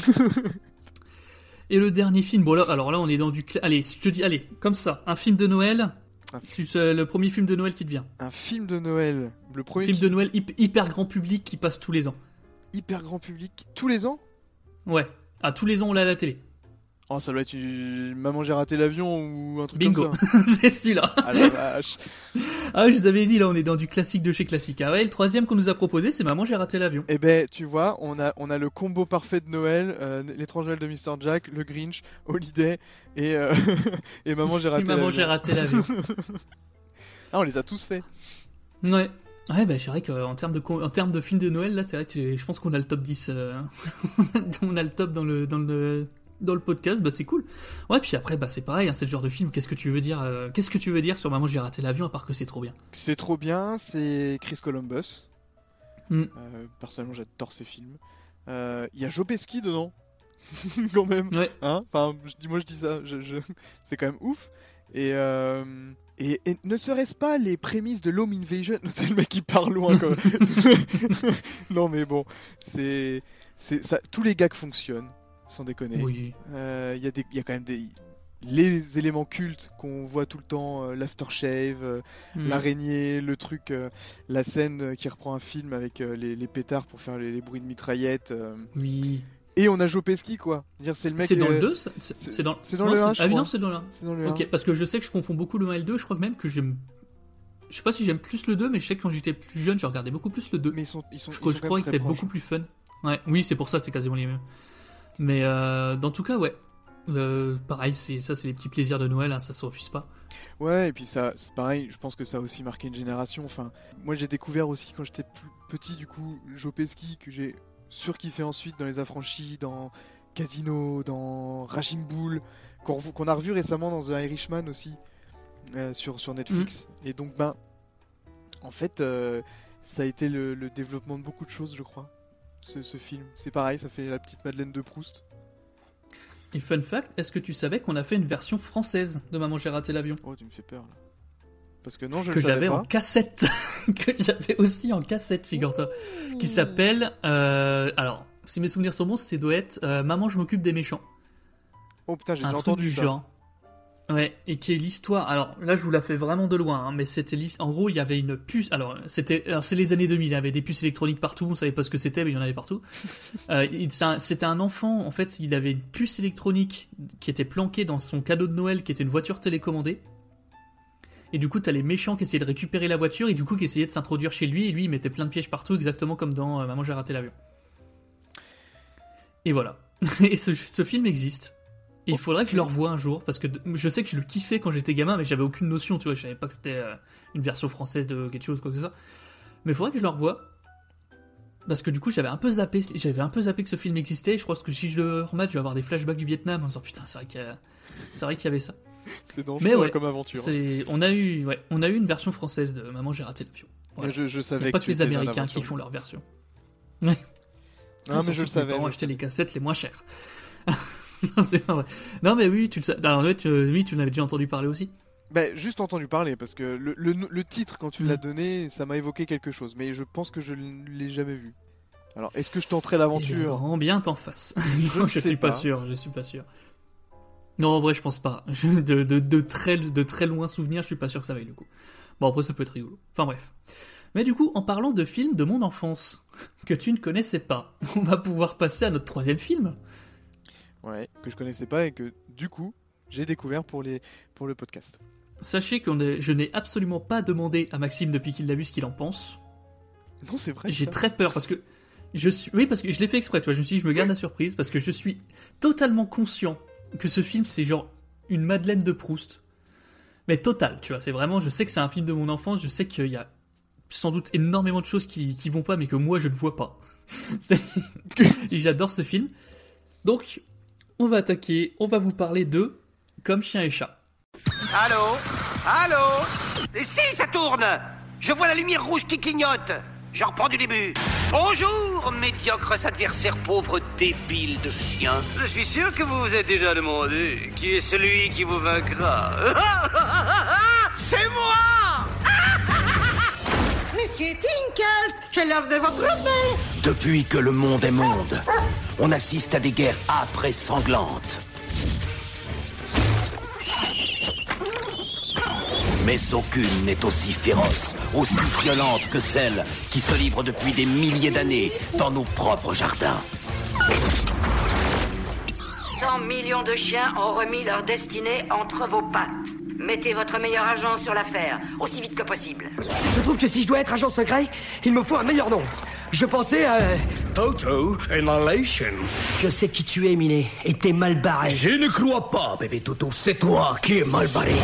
Speaker 6: Et le dernier film, bon là, alors là, on est dans du, cla- allez, je te dis, allez, comme ça, un film de Noël.
Speaker 7: Un
Speaker 6: C'est euh, le premier film de Noël qui te vient.
Speaker 7: Un film de Noël. Le premier
Speaker 6: Film
Speaker 7: qui-
Speaker 6: de Noël hyp- hyper grand public qui passe tous les ans.
Speaker 7: hyper grand public tous les ans.
Speaker 6: Ouais. Ah, tous les ans, on l'a à la télé.
Speaker 7: Oh, ça doit être une... Maman, j'ai raté l'avion ou un truc
Speaker 6: Bingo.
Speaker 7: comme ça.
Speaker 6: C'est celui-là.
Speaker 7: Ah la vache.
Speaker 6: Ah, je vous avais dit, là, on est dans du classique de chez classique. Ah ouais, le troisième qu'on nous a proposé, c'est Maman, j'ai raté l'avion.
Speaker 7: Eh ben, tu vois, on a, on a le combo parfait de Noël, euh, l'étrange Noël de mister Jack, le Grinch, Holiday et, euh, et Maman, j'ai raté
Speaker 6: Maman,
Speaker 7: l'avion.
Speaker 6: j'ai raté l'avion.
Speaker 7: Ah, on les a tous faits.
Speaker 6: Ouais. Ouais, bah, c'est vrai qu'en termes de, con- en termes de film de Noël, là, c'est vrai que je pense qu'on a le top dix. euh, on a le top dans le, dans le, dans le podcast, bah, c'est cool. Ouais, puis après, bah, c'est pareil, hein, c'est le genre de film. Qu'est-ce que tu veux dire, euh, qu'est-ce que tu veux dire sur Maman, j'ai raté l'avion, à part que c'est trop bien.
Speaker 7: C'est trop bien, c'est Chris Columbus.
Speaker 6: Mm.
Speaker 7: Euh, personnellement, j'adore ces films. Euh, Il y a Joe Pesci dedans, quand même.
Speaker 6: Ouais.
Speaker 7: Hein, enfin, je dis, moi je dis ça, je, je... c'est quand même ouf. Et, euh... et, et ne serait-ce pas les prémices de l'Home Invasion? C'est le mec qui parle loin, quand même. Non, mais bon, c'est, c'est ça. Tous les gags fonctionnent, sans déconner.
Speaker 6: Oui.
Speaker 7: Euh, Il y a des, il y a quand même des les éléments cultes qu'on voit tout le temps, euh, l'aftershave, euh,
Speaker 6: Mm.
Speaker 7: l'araignée, le truc, euh, la scène euh, qui reprend un film avec euh, les, les pétards pour faire les, les bruits de mitraillette. euh.
Speaker 6: Oui.
Speaker 7: Et on a Joe Pesci, quoi. Dire, c'est le mec.
Speaker 6: C'est dans
Speaker 7: euh,
Speaker 6: le deux ça C'est c'est dans,
Speaker 7: c'est dans
Speaker 6: non,
Speaker 7: le
Speaker 6: c'est-
Speaker 7: un, je
Speaker 6: Ah oui,
Speaker 7: crois.
Speaker 6: non, c'est dans le un.
Speaker 7: C'est dans le
Speaker 6: Ok,
Speaker 7: un.
Speaker 6: parce que je sais que je confonds beaucoup le un et le deux, je crois que même que j'aime. Je sais pas si j'aime plus le deux, mais je sais que quand j'étais plus jeune, je regardais beaucoup plus le deux.
Speaker 7: Mais ils sont, ils sont,
Speaker 6: Je,
Speaker 7: ils
Speaker 6: crois-
Speaker 7: sont
Speaker 6: je
Speaker 7: quand
Speaker 6: crois
Speaker 7: même
Speaker 6: qu'il
Speaker 7: très
Speaker 6: était
Speaker 7: proches.
Speaker 6: beaucoup plus fun. Ouais, oui, c'est pour ça, c'est quasiment les mêmes. Mais euh, dans tout cas, ouais. Euh, pareil, c'est, ça, c'est les petits plaisirs de Noël, hein, ça se refuse pas.
Speaker 7: Ouais, et puis ça, c'est pareil, je pense que ça a aussi marqué une génération. Enfin, moi j'ai découvert aussi quand j'étais plus petit, du coup, Joe Pesci, que j'ai surkiffé ensuite dans Les Affranchis, dans Casino, dans Raging Bull, qu'on, rev- qu'on a revu récemment dans The Irishman aussi, euh, sur, sur Netflix. Et donc, ben, en fait, euh, ça a été le, le développement de beaucoup de choses, je crois, ce, ce film. C'est pareil, ça fait la petite Madeleine de Proust.
Speaker 6: Et fun fact, est-ce que tu savais qu'on a fait une version française de Maman, j'ai raté l'avion?
Speaker 7: Oh, tu me fais peur, là. Parce que non, je
Speaker 6: Que
Speaker 7: le savais
Speaker 6: j'avais
Speaker 7: pas.
Speaker 6: en cassette. Que j'avais aussi en cassette, figure-toi. Qui s'appelle. euh, alors, si mes souvenirs sont bons, c'est doit être euh, Maman, je m'occupe des méchants.
Speaker 7: Oh putain, j'ai
Speaker 6: Un
Speaker 7: déjà
Speaker 6: truc
Speaker 7: entendu
Speaker 6: du
Speaker 7: ça.
Speaker 6: genre. Ouais, et qui est l'histoire. Alors là, je vous la fais vraiment de loin, hein, mais c'était l'his- en gros, il y avait une puce. Alors, c'était, alors, c'est les années deux mille. Il y avait des puces électroniques partout. On savait pas ce que c'était, mais il y en avait partout. euh, il- c'est un- c'était un enfant. En fait, il avait une puce électronique qui était planquée dans son cadeau de Noël, qui était une voiture télécommandée. Et du coup, t'as les méchants qui essayaient de récupérer la voiture et du coup qui essayaient de s'introduire chez lui. Et lui, il mettait plein de pièges partout, exactement comme dans euh, Maman, j'ai raté l'avion. Et voilà. Et ce, ce film existe. Et il faudrait que je le revoie un jour, parce que de- je sais que je le kiffais quand j'étais gamin, mais j'avais aucune notion, tu vois, je savais pas que c'était euh, une version française de quelque chose, quoi que ce soit. Mais il faudrait que je le revoie, parce que du coup j'avais un peu zappé, j'avais un peu zappé que ce film existait, et je crois que si je le remate, je vais avoir des flashbacks du Vietnam, en disant putain, c'est vrai qu'il y a- c'est vrai qu'il y avait ça.
Speaker 7: C'est dangereux
Speaker 6: Mais ouais,
Speaker 7: comme aventure.
Speaker 6: c'est- on, a eu, ouais, on a eu une version française de Maman, j'ai raté l'avion.
Speaker 7: Mais je- je savais
Speaker 6: Il y a pas
Speaker 7: que
Speaker 6: que les
Speaker 7: tu étais un
Speaker 6: Américains qui
Speaker 7: aventurier.
Speaker 6: font leur version. Ouais.
Speaker 7: Non,
Speaker 6: Ils
Speaker 7: mais
Speaker 6: sont
Speaker 7: je le
Speaker 6: tous
Speaker 7: savais,
Speaker 6: Mes parents
Speaker 7: je le
Speaker 6: achetaient les cassettes les moins chères. Non, c'est pas vrai. Non, mais oui, tu le sais. Alors, ouais, tu, oui, tu en avais déjà entendu parler aussi.
Speaker 7: Bah, juste entendu parler, parce que le, le, le titre, quand tu
Speaker 6: Mm.
Speaker 7: l'as donné, ça m'a évoqué quelque chose, mais je pense que je ne l'ai jamais vu. Alors, est-ce que je tenterai
Speaker 6: Eh bien,
Speaker 7: l'aventure?
Speaker 6: grand bien t'en face.
Speaker 7: Je
Speaker 6: Non,
Speaker 7: ne
Speaker 6: je
Speaker 7: sais
Speaker 6: suis pas
Speaker 7: pas.
Speaker 6: sûr, je suis pas sûr. Non, en vrai, je pense pas. Je- de, de, de, très, de très loin souvenir, je suis pas sûr que ça vaille le coup. Bon, après, ça peut être rigolo. Enfin, bref. Mais du coup, en parlant de films de mon enfance, que tu ne connaissais pas, on va pouvoir passer à notre troisième film.
Speaker 7: Ouais, que je connaissais pas et que, du coup, j'ai découvert pour, les, pour le podcast.
Speaker 6: Sachez que je n'ai absolument pas demandé à Maxime depuis qu'il l'a vu ce qu'il en pense.
Speaker 7: Non, c'est vrai.
Speaker 6: J'ai
Speaker 7: ça.
Speaker 6: très peur parce que je suis, oui, parce que je l'ai fait exprès, tu vois. Je me suis dit, je me garde la surprise parce que je suis totalement conscient que ce film, c'est genre une Madeleine de Proust. Mais total, tu vois. C'est vraiment, je sais que c'est un film de mon enfance, je sais qu'il y a sans doute énormément de choses qui, qui vont pas, mais que moi, je ne vois pas. Et j'adore ce film. Donc, on va attaquer, on va vous parler de Comme chien et chat.
Speaker 14: Allô? Allô? Et si ça tourne? Je vois la lumière rouge qui clignote. Je reprends du début. Bonjour, médiocres adversaires pauvres débiles de chiens. Je suis sûr que vous vous êtes déjà demandé qui est celui qui vous vaincra. C'est moi!
Speaker 15: Monsieur Tinkles, j'ai l'heure de votre repas.
Speaker 14: Depuis que le monde est monde, on assiste à des guerres âpres et sanglantes. Mais aucune n'est aussi féroce, aussi violente que celle qui se livre depuis des milliers d'années dans nos propres jardins.
Speaker 16: cent millions de chiens ont remis leur destinée entre vos pattes. Mettez votre meilleur agent sur l'affaire, aussi vite que possible.
Speaker 17: Je trouve que si je dois être agent secret, il me faut un meilleur nom. Je pensais à... Toto Inhalation. Je sais qui tu es, Minet, et t'es mal barré.
Speaker 2: Je ne crois pas, bébé Toto, c'est toi qui es mal barré.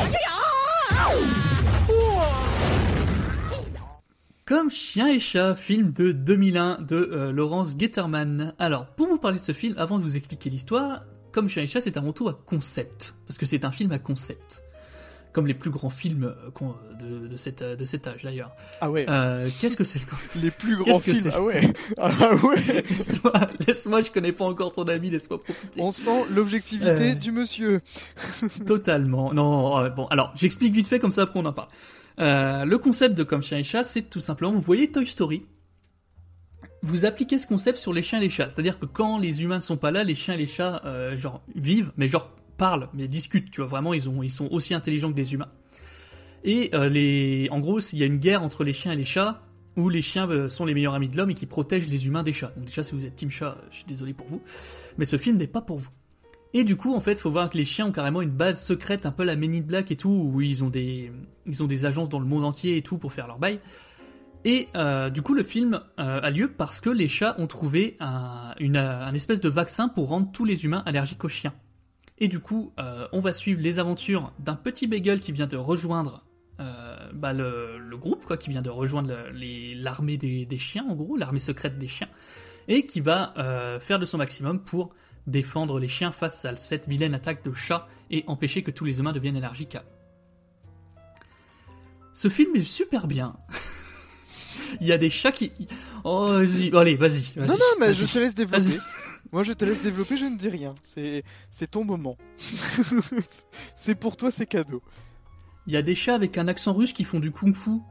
Speaker 6: Comme chien et chat, film de deux mille un de euh, Laurence Getterman. Alors, pour vous parler de ce film, avant de vous expliquer l'histoire, Comme chien et chat, c'est avant tout un concept, parce que c'est un film à concept. Comme les plus grands films de, de, cette, de cet âge d'ailleurs.
Speaker 7: Ah ouais.
Speaker 6: Euh, qu'est-ce que c'est le...
Speaker 7: Les plus grands films.
Speaker 6: C'est...
Speaker 7: Ah ouais. Ah ouais.
Speaker 6: laisse-moi, laisse-moi, je connais pas encore ton ami, laisse-moi profiter.
Speaker 7: On sent l'objectivité euh... du monsieur.
Speaker 6: Totalement. Non, euh, bon, alors j'explique vite fait comme ça après on en parle. Euh, le concept de Comme chien et chat, c'est tout simplement, vous voyez Toy Story, vous appliquez ce concept sur les chiens et les chats. C'est-à-dire que quand les humains ne sont pas là, les chiens et les chats euh, genre vivent, mais genre parlent, mais discutent, tu vois, vraiment, ils, ont, ils sont aussi intelligents que des humains. Et euh, les, en gros, il y a une guerre entre les chiens et les chats, où les chiens euh, sont les meilleurs amis de l'homme et qui protègent les humains des chats. Donc déjà, si vous êtes team chat, je suis désolé pour vous, mais ce film n'est pas pour vous. Et du coup, en fait, il faut voir que les chiens ont carrément une base secrète, un peu la Men in Black et tout, où ils ont des, ils ont des agences dans le monde entier et tout pour faire leur bail. Et euh, du coup, le film euh, a lieu parce que les chats ont trouvé un, une, un espèce de vaccin pour rendre tous les humains allergiques aux chiens. Et du coup, euh, on va suivre les aventures d'un petit beagle qui vient de rejoindre euh, bah, le, le groupe, quoi, qui vient de rejoindre le, les, l'armée des, des chiens, en gros, l'armée secrète des chiens, et qui va euh, faire de son maximum pour défendre les chiens face à cette vilaine attaque de chats et empêcher que tous les humains deviennent allergiques à. Ce film est super bien. Il y a des chats qui... Oh, vas-y. Allez, vas-y, vas-y.
Speaker 7: Non, non, mais
Speaker 6: vas-y.
Speaker 7: je te laisse développer.
Speaker 6: Vas-y.
Speaker 7: Moi, je te laisse développer, je ne dis rien. C'est, c'est ton moment. C'est pour toi, c'est cadeau.
Speaker 6: Il y a des chats avec un accent russe qui font du kung-fu.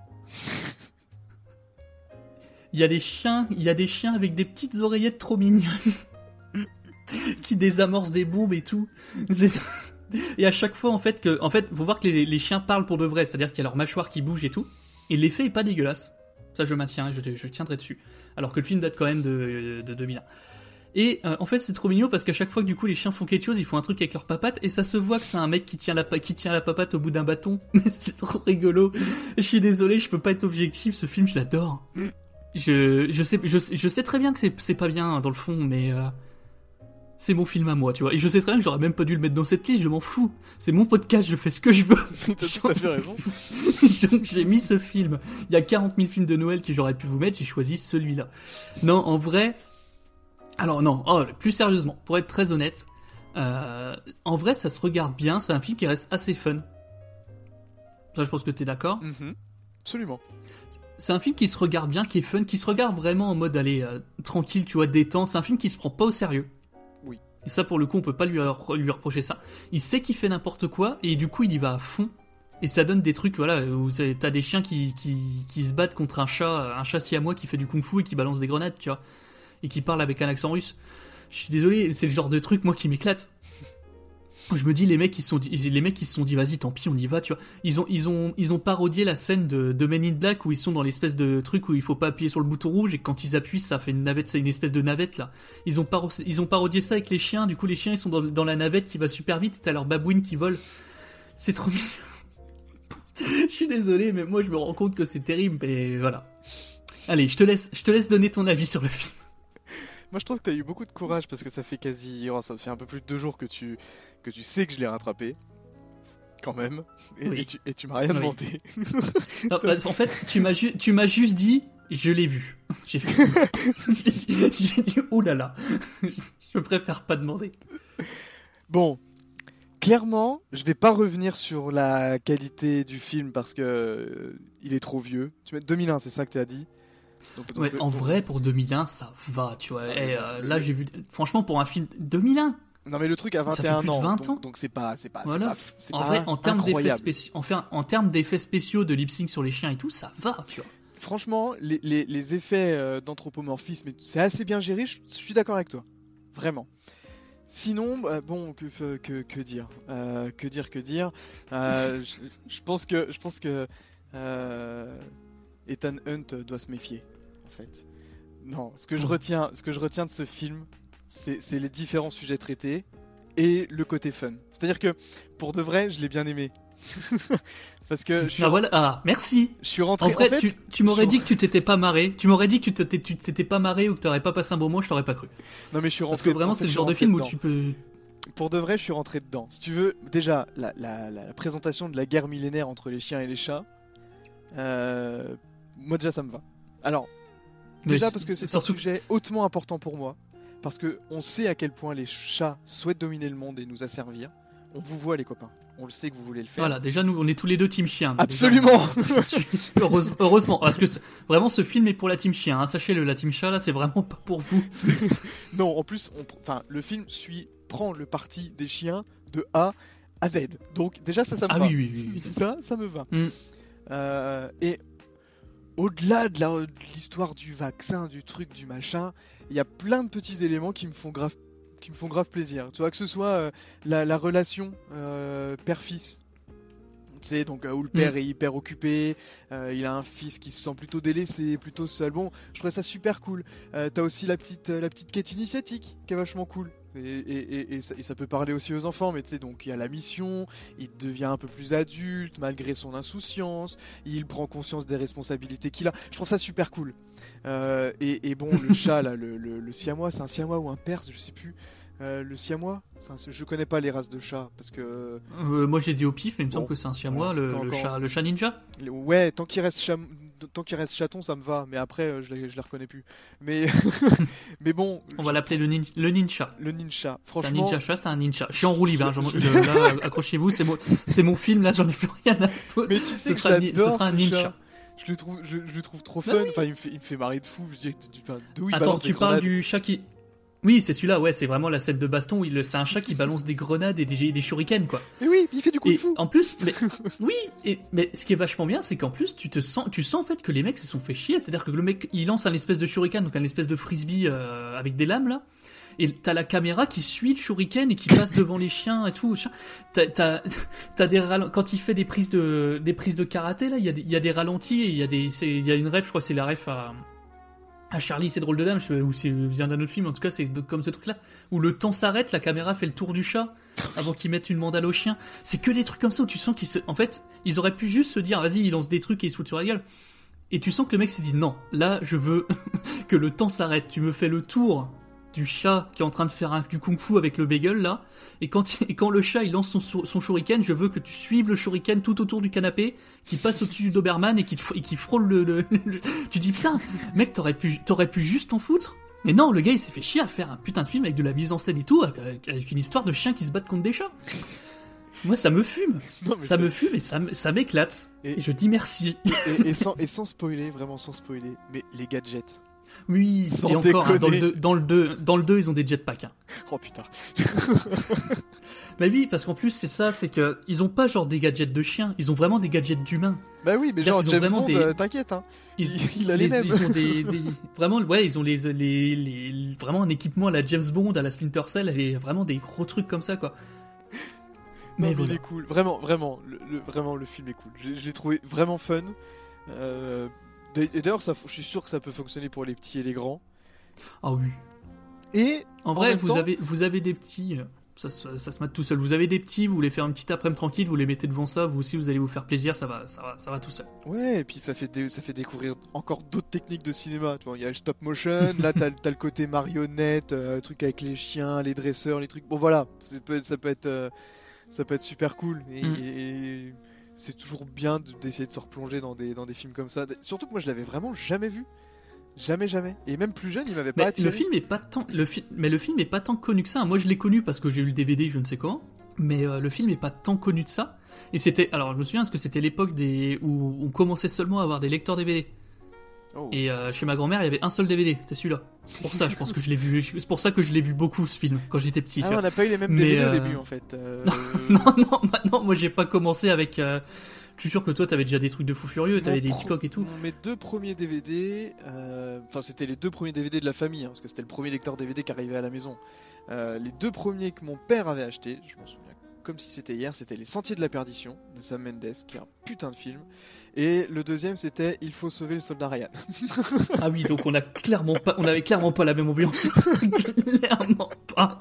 Speaker 6: Il y a des chiens, il y a des chiens avec des petites oreillettes trop mignonnes qui désamorcent des bombes et tout. C'est... Et à chaque fois, en fait, que, en fait, faut voir que les, les chiens parlent pour de vrai, c'est-à-dire qu'il y a leur mâchoire qui bouge et tout. Et l'effet est pas dégueulasse. Ça, je maintiens, je, je tiendrai dessus. Alors que le film date quand même de, de deux mille un. Et euh, en fait, c'est trop mignon parce qu'à chaque fois que du coup les chiens font quelque chose, ils font un truc avec leur papate et ça se voit que c'est un mec qui tient la, qui tient la papate au bout d'un bâton. C'est trop rigolo. Je suis désolé, je peux pas être objectif. Ce film, je l'adore. Je, je sais, je, je sais très bien que c'est, c'est pas bien dans le fond, mais euh, c'est mon film à moi, tu vois. Et je sais très bien que j'aurais même pas dû le mettre dans cette liste. Je m'en fous. C'est mon podcast, je fais ce que je veux.
Speaker 7: T'as tout à fait raison.
Speaker 6: J'ai mis ce film. Il y a quarante mille films de Noël que j'aurais pu vous mettre. J'ai choisi celui-là. Non, en vrai. Alors non, oh, plus sérieusement, pour être très honnête, euh, en vrai ça se regarde bien, c'est un film qui reste assez fun. Ça je pense que t'es d'accord.
Speaker 7: Mm-hmm. Absolument.
Speaker 6: C'est un film qui se regarde bien, qui est fun, qui se regarde vraiment en mode allez, euh, tranquille, tu vois, détente. C'est un film qui se prend pas au sérieux.
Speaker 7: Oui.
Speaker 6: Et ça pour le coup on peut pas lui, lui reprocher ça. Il sait qu'il fait n'importe quoi et du coup il y va à fond. Et ça donne des trucs, voilà, où t'as des chiens qui, qui, qui se battent contre un chat, un chat siamois qui fait du kung-fu et qui balance des grenades, tu vois. Et qui parle avec un accent russe. Je suis désolé, c'est le genre de truc, moi, qui m'éclate. je me dis les mecs ils se sont dit, les mecs ils se sont dit vas-y tant pis on y va, tu vois. Ils ont ils ont ils ont parodié la scène de de Men in Black où ils sont dans l'espèce de truc où il faut pas appuyer sur le bouton rouge et quand ils appuient ça fait une navette, c'est une espèce de navette là. Ils ont paro- ils ont parodié ça avec les chiens, du coup les chiens ils sont dans dans la navette qui va super vite et t'as leur babouine qui vole. C'est trop mignon. Je suis désolé mais moi je me rends compte que c'est terrible mais voilà. Allez, je te laisse je te laisse donner ton avis sur le film.
Speaker 7: Moi je trouve que t'as eu beaucoup de courage parce que ça fait quasi, oh, ça fait un peu plus de deux jours que tu que tu sais que je l'ai rattrapé, quand même, et,
Speaker 6: Oui.
Speaker 7: et tu et tu m'as rien
Speaker 6: Oui.
Speaker 7: demandé.
Speaker 6: Non, bah, en fait, tu m'as ju- tu m'as juste dit, je l'ai vu. J'ai fait. j'ai dit, j'ai dit, oh là là, je préfère pas demander.
Speaker 7: Bon, clairement, je vais pas revenir sur la qualité du film parce que euh, il est trop vieux. Tu mets deux mille un, c'est ça que tu as dit. Donc, donc,
Speaker 6: Ouais,
Speaker 7: le-
Speaker 6: en vrai, pour deux mille un, ça va, tu vois. Et, euh, là, j'ai vu. Franchement, pour un film deux mille un.
Speaker 7: Non mais le truc à vingt
Speaker 6: Ça
Speaker 7: et
Speaker 6: fait
Speaker 7: un
Speaker 6: plus de
Speaker 7: ans,
Speaker 6: vingt
Speaker 7: donc,
Speaker 6: ans.
Speaker 7: donc c'est pas, c'est pas,
Speaker 6: Voilà.
Speaker 7: c'est pas, c'est
Speaker 6: En
Speaker 7: pas
Speaker 6: vrai, en termes d'effets
Speaker 7: incroyable.
Speaker 6: spéciaux, en, fait, en termes d'effets spéciaux de lip sync sur les chiens et tout, ça va, tu vois.
Speaker 7: Franchement, les, les, les effets euh, d'anthropomorphisme, c'est assez bien géré. Je, je suis d'accord avec toi, vraiment. Sinon, bah, bon, que, que, que dire, euh, que dire, que dire. Euh, je, je pense que, je pense que euh, Ethan Hunt doit se méfier, en fait. Non, ce que je retiens, ce que je retiens de ce film, c'est c'est les différents sujets traités et le côté fun. C'est-à-dire que, pour de vrai, je l'ai bien aimé. Parce que je suis,
Speaker 6: Ah, voilà. Ah, merci.
Speaker 7: je suis rentré.
Speaker 6: En vrai,
Speaker 7: en fait,
Speaker 6: tu, tu m'aurais
Speaker 7: je suis-
Speaker 6: dit que tu t'étais pas marré. Tu m'aurais dit que tu t'étais, tu t'étais pas marré ou que t'aurais pas passé un bon moment, je t'aurais pas cru.
Speaker 7: Non mais je suis rentré.
Speaker 6: Parce que vraiment,
Speaker 7: en fait,
Speaker 6: c'est le
Speaker 7: je suis
Speaker 6: genre de
Speaker 7: rentré
Speaker 6: film où
Speaker 7: dedans.
Speaker 6: tu peux.
Speaker 7: Pour de vrai, je suis rentré dedans. Si tu veux, déjà, la, la, la, la présentation de la guerre millénaire entre les chiens et les chats, euh, moi déjà ça me va. Alors,
Speaker 6: Mais
Speaker 7: déjà
Speaker 6: c'est-
Speaker 7: parce que c'est un
Speaker 6: surtout-
Speaker 7: sujet hautement important pour moi, parce que on sait à quel point les chats souhaitent dominer le monde et nous asservir. On vous voit les copains, on le sait que vous voulez le faire.
Speaker 6: Voilà, déjà nous on est tous les deux team chien. donc
Speaker 7: Absolument.
Speaker 6: déjà, heureuse- heureusement, parce que ce- vraiment ce film est pour la team chien. Hein. Sachez-le, la team chat là, c'est vraiment pas pour vous.
Speaker 7: Non, en plus, on pr- enfin, le film suit, prend le parti des chiens de A à Z. Donc déjà ça, ça me
Speaker 6: Ah
Speaker 7: va.
Speaker 6: oui, oui, oui, oui.
Speaker 7: Ça, ça me va.
Speaker 6: Mm.
Speaker 7: Euh, et au-delà de, la- de l'histoire du vaccin, du truc, du machin, il y a plein de petits éléments qui me font grave, qui me font grave plaisir. Tu vois, que ce soit euh, la, la relation euh, père-fils. Tu sais, donc euh, où le père
Speaker 6: Mm.
Speaker 7: est hyper occupé, euh, il a un fils qui se sent plutôt délaissé, plutôt seul. Bon, je trouvais ça super cool. Euh, T'as aussi la petite, euh, la petite quête initiatique qui est vachement cool. Et, et, et, et ça, et ça peut parler aussi aux enfants, mais tu sais, donc il y a la mission, il devient un peu plus adulte malgré son insouciance, il prend conscience des responsabilités qu'il a. Je trouve ça super cool. Euh, et, et bon, le chat, là, le, le, le siamois, c'est un siamois ou un perse, je sais plus. Euh, le siamois, c'est un- je connais pas les races de chats parce que.
Speaker 6: Euh, moi j'ai dit au pif, mais il me semble
Speaker 7: Bon,
Speaker 6: que c'est un siamois,
Speaker 7: voilà.
Speaker 6: le,
Speaker 7: Quand-
Speaker 6: le
Speaker 7: quand-
Speaker 6: chat, le chat ninja.
Speaker 7: Ouais, tant qu'il reste cham- tant qu'il reste chaton, ça me va. Mais après, euh, je les, je les reconnais plus. Mais mais bon.
Speaker 6: On va l'appeler le, nin- le ninja.
Speaker 7: Le ninja.
Speaker 6: C'est un
Speaker 7: Franchement.
Speaker 6: ninja chat, c'est un ninja. Je suis en roue libre, hein, j'en- je- là, accrochez-vous, c'est mon, c'est mon film, là j'en ai plus rien à foutre.
Speaker 7: Mais tu sais
Speaker 6: ce
Speaker 7: que
Speaker 6: sera, ni-
Speaker 7: j'adore
Speaker 6: ce sera un
Speaker 7: ce
Speaker 6: ninja.
Speaker 7: chat. Je le trouve, je, je le trouve trop
Speaker 6: Bah
Speaker 7: fun.
Speaker 6: oui.
Speaker 7: Enfin, il me fait, il me fait marrer de fou. Je dis, du- enfin, d'où il
Speaker 6: Attends,
Speaker 7: balance
Speaker 6: tu
Speaker 7: des
Speaker 6: parles
Speaker 7: grenades.
Speaker 6: du chat qui. Oui, c'est celui-là, ouais, c'est vraiment la scène de baston où il, c'est un chat qui balance des grenades et des, des shurikens, quoi.
Speaker 7: Et oui, il fait du coup de
Speaker 6: Et
Speaker 7: fou.
Speaker 6: en plus, mais, oui, et, mais ce qui est vachement bien, c'est qu'en plus, tu te sens, tu sens en fait que les mecs se sont fait chier. C'est-à-dire que le mec, il lance un espèce de shuriken, donc un espèce de frisbee euh, avec des lames, là. Et t'as la caméra qui suit le shuriken et qui passe devant les chiens et tout. T'as, t'as, t'as des ral- quand il fait des prises de, des prises de karaté, là, il y a des, il y a des ralentis et il y a des, c'est, il y a une ref, je crois, que c'est la ref à, à Charlie, c'est drôle de dame, je sais- ou c'est vient d'un autre film, en tout cas, c'est de- comme ce truc-là, où le temps s'arrête, la caméra fait le tour du chat avant qu'il mette une mandale au chien. C'est que des trucs comme ça où tu sens qu'ils se, en fait, ils auraient pu juste se dire, vas-y, il lance des trucs et il se fout sur la gueule. Et tu sens que le mec s'est dit, non, là, je veux que le temps s'arrête. Tu me fais le tour du chat qui est en train de faire un, du kung-fu avec le bagel, là. Et quand, et quand le chat, il lance son, son shuriken, je veux que tu suives le shuriken tout autour du canapé, qui passe au-dessus du Doberman et qui, te, et qui frôle le, le, le- Tu dis, putain, mec, t'aurais pu, t'aurais pu juste t'en foutre. Mais non, le gars, il s'est fait chier à faire un putain de film avec de la mise en scène et tout, avec, avec une histoire de chiens qui se battent contre des chats. Moi, ça me fume.
Speaker 7: Non, mais
Speaker 6: ça
Speaker 7: c'est-
Speaker 6: me fume et ça, m- ça m'éclate. Et,
Speaker 7: Et-
Speaker 6: je dis merci.
Speaker 7: Et, et sans, et sans spoiler, vraiment sans spoiler, mais les gadgets.
Speaker 6: Oui,
Speaker 7: Sans
Speaker 6: et encore, hein, dans, le
Speaker 7: déconner.
Speaker 6: deux, dans, le deux, dans le deux, ils ont des jetpacks. Hein.
Speaker 7: Oh putain.
Speaker 6: Bah oui, parce qu'en plus, c'est ça, c'est que ils ont pas genre des gadgets de chiens, ils ont vraiment des gadgets d'humains.
Speaker 7: Bah oui, mais
Speaker 6: C'est-à-dire
Speaker 7: genre
Speaker 6: qu'ils ont
Speaker 7: James
Speaker 6: vraiment
Speaker 7: Bond,
Speaker 6: des-
Speaker 7: euh, t'inquiète, hein.
Speaker 6: Ils,
Speaker 7: Il, il a les, mêmes.
Speaker 6: Ils ont des, des- vraiment, ouais, ils ont les, les, les, vraiment un équipement à la James Bond, à la Splinter Cell, et vraiment des gros trucs comme ça, quoi. Mais
Speaker 7: non,
Speaker 6: voilà.
Speaker 7: il est cool. Vraiment, vraiment, le, le- vraiment, le film est cool. Je, je l'ai trouvé vraiment fun. Euh, et d'ailleurs, ça, je suis sûr que ça peut fonctionner pour les petits et les grands.
Speaker 6: Ah oui.
Speaker 7: Et
Speaker 6: En vrai,
Speaker 7: même
Speaker 6: vous,
Speaker 7: temps-
Speaker 6: avez, vous avez des petits, euh, ça, se- ça se mate tout seul. Vous avez des petits, vous voulez faire une petite après-midi tranquille, vous les mettez devant ça, vous aussi vous allez vous faire plaisir, ça va, ça va, ça va tout seul.
Speaker 7: Ouais, et puis ça fait, dé- ça fait découvrir encore d'autres techniques de cinéma. Tu vois, il y a le stop motion, là t'as, t'as le côté marionnette, euh, le truc avec les chiens, les dresseurs, les trucs. Bon voilà, ça peut être, ça peut être, euh, ça peut être super cool. Et,
Speaker 6: Mm.
Speaker 7: et c'est toujours bien de- d'essayer de se replonger dans des, dans des films comme ça. Surtout que moi je l'avais vraiment jamais vu. Jamais, jamais. Et même plus jeune, il m'avait pas
Speaker 6: Mais
Speaker 7: attiré.
Speaker 6: le film est pas tant, le fi- mais le film est pas tant connu que ça. Moi, je l'ai connu parce que j'ai eu le D V D, je ne sais comment. Mais euh, le film est pas tant connu de ça. Et c'était, alors je me souviens parce que c'était l'époque des où on commençait seulement à avoir des lecteurs D V D.
Speaker 7: Oh.
Speaker 6: Et euh, chez ma grand-mère, il y avait un seul D V D, c'était celui-là. C'est pour ça, je pense que je l'ai vu. C'est pour ça que je l'ai vu beaucoup ce film quand j'étais petit.
Speaker 7: Ah,
Speaker 6: tu
Speaker 7: on
Speaker 6: vois.
Speaker 7: n'a pas eu les mêmes
Speaker 6: Mais,
Speaker 7: D V D
Speaker 6: euh,
Speaker 7: au début en fait. Euh,
Speaker 6: non, non, bah non, moi j'ai pas commencé avec. euh, Je suis sûr que toi t'avais déjà des trucs de fou furieux, t'avais
Speaker 7: Mon
Speaker 6: des
Speaker 7: pro-
Speaker 6: Hitchcock et tout.
Speaker 7: Mes deux premiers D V D, euh, enfin c'était les deux premiers D V D de la famille, hein, parce que c'était le premier lecteur D V D qui arrivait à la maison. Euh, les deux premiers que mon père avait achetés, je m'en souviens comme si c'était hier, c'était Les Sentiers de la Perdition de Sam Mendes, qui est un putain de film. Et le deuxième c'était Il faut sauver le soldat Ryan.
Speaker 6: Ah oui, donc on a clairement pas, on avait clairement pas la même ambiance. Clairement pas.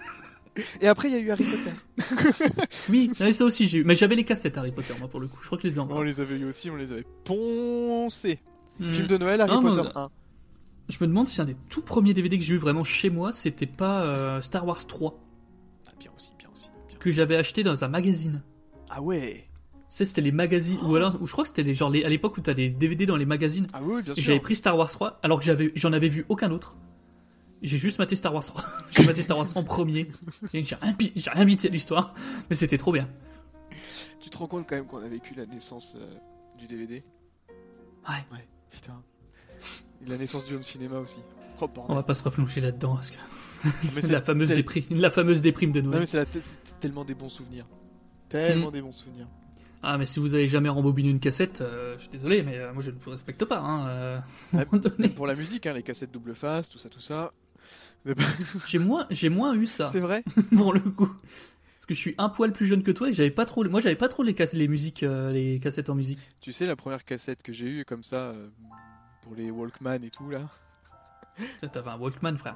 Speaker 7: Et après il y a eu Harry Potter.
Speaker 6: Oui, ouais, ça aussi j'ai eu. Mais j'avais les cassettes Harry Potter, moi pour le coup. Je crois que je les ai encore.
Speaker 7: On les avait eu aussi, on les avait poncés.
Speaker 6: Hmm.
Speaker 7: Film de Noël, Harry
Speaker 6: Ah,
Speaker 7: Potter
Speaker 6: moi,
Speaker 7: un.
Speaker 6: Je me demande si un des tout premiers D V D que j'ai eu vraiment chez moi, c'était pas euh, Star Wars trois.
Speaker 7: Ah, bien aussi, bien aussi. Bien.
Speaker 6: Que j'avais acheté dans un magazine.
Speaker 7: Ah ouais.
Speaker 6: Tu sais, c'était les magazines, ou alors, ou je crois que c'était les, genre les, à l'époque où t'as des D V D dans les magazines.
Speaker 7: Ah oui, bien
Speaker 6: Et
Speaker 7: sûr.
Speaker 6: j'avais pris Star Wars trois, alors que j'avais, j'en avais vu aucun autre. J'ai juste maté Star Wars trois. J'ai maté Star Wars trois en premier. J'ai j'ai rien, pi- j'ai rien bité à l'histoire, mais c'était trop bien.
Speaker 7: Tu te rends compte quand même qu'on a vécu la naissance euh, du D V D?
Speaker 6: Ouais.
Speaker 7: Ouais, putain. Et la naissance du home cinéma aussi. Oh, bordel.
Speaker 6: On va pas se replonger là-dedans, parce que
Speaker 7: Mais
Speaker 6: c'est la fameuse
Speaker 7: tel-
Speaker 6: déprime, la fameuse déprime de Noël.
Speaker 7: Non mais c'est, la t- c'est tellement des bons souvenirs. Tellement
Speaker 6: Mm.
Speaker 7: des bons souvenirs.
Speaker 6: Ah, mais si vous avez jamais rembobiné une cassette, euh, je suis désolé, mais euh, moi je ne vous respecte pas. Hein, euh, à un
Speaker 7: Même,
Speaker 6: moment donné.
Speaker 7: même pour la musique, hein, les cassettes double face, tout ça, tout ça.
Speaker 6: J'ai moins, j'ai moins eu ça.
Speaker 7: C'est vrai.
Speaker 6: Pour le coup. Parce que je suis un poil plus jeune que toi et j'avais pas trop, moi j'avais pas trop les, cass- les musiques, euh, les cassettes en musique.
Speaker 7: Tu sais, la première cassette que j'ai eue comme ça, euh, pour les Walkman et tout là.
Speaker 6: Toi, t'avais un Walkman, frère.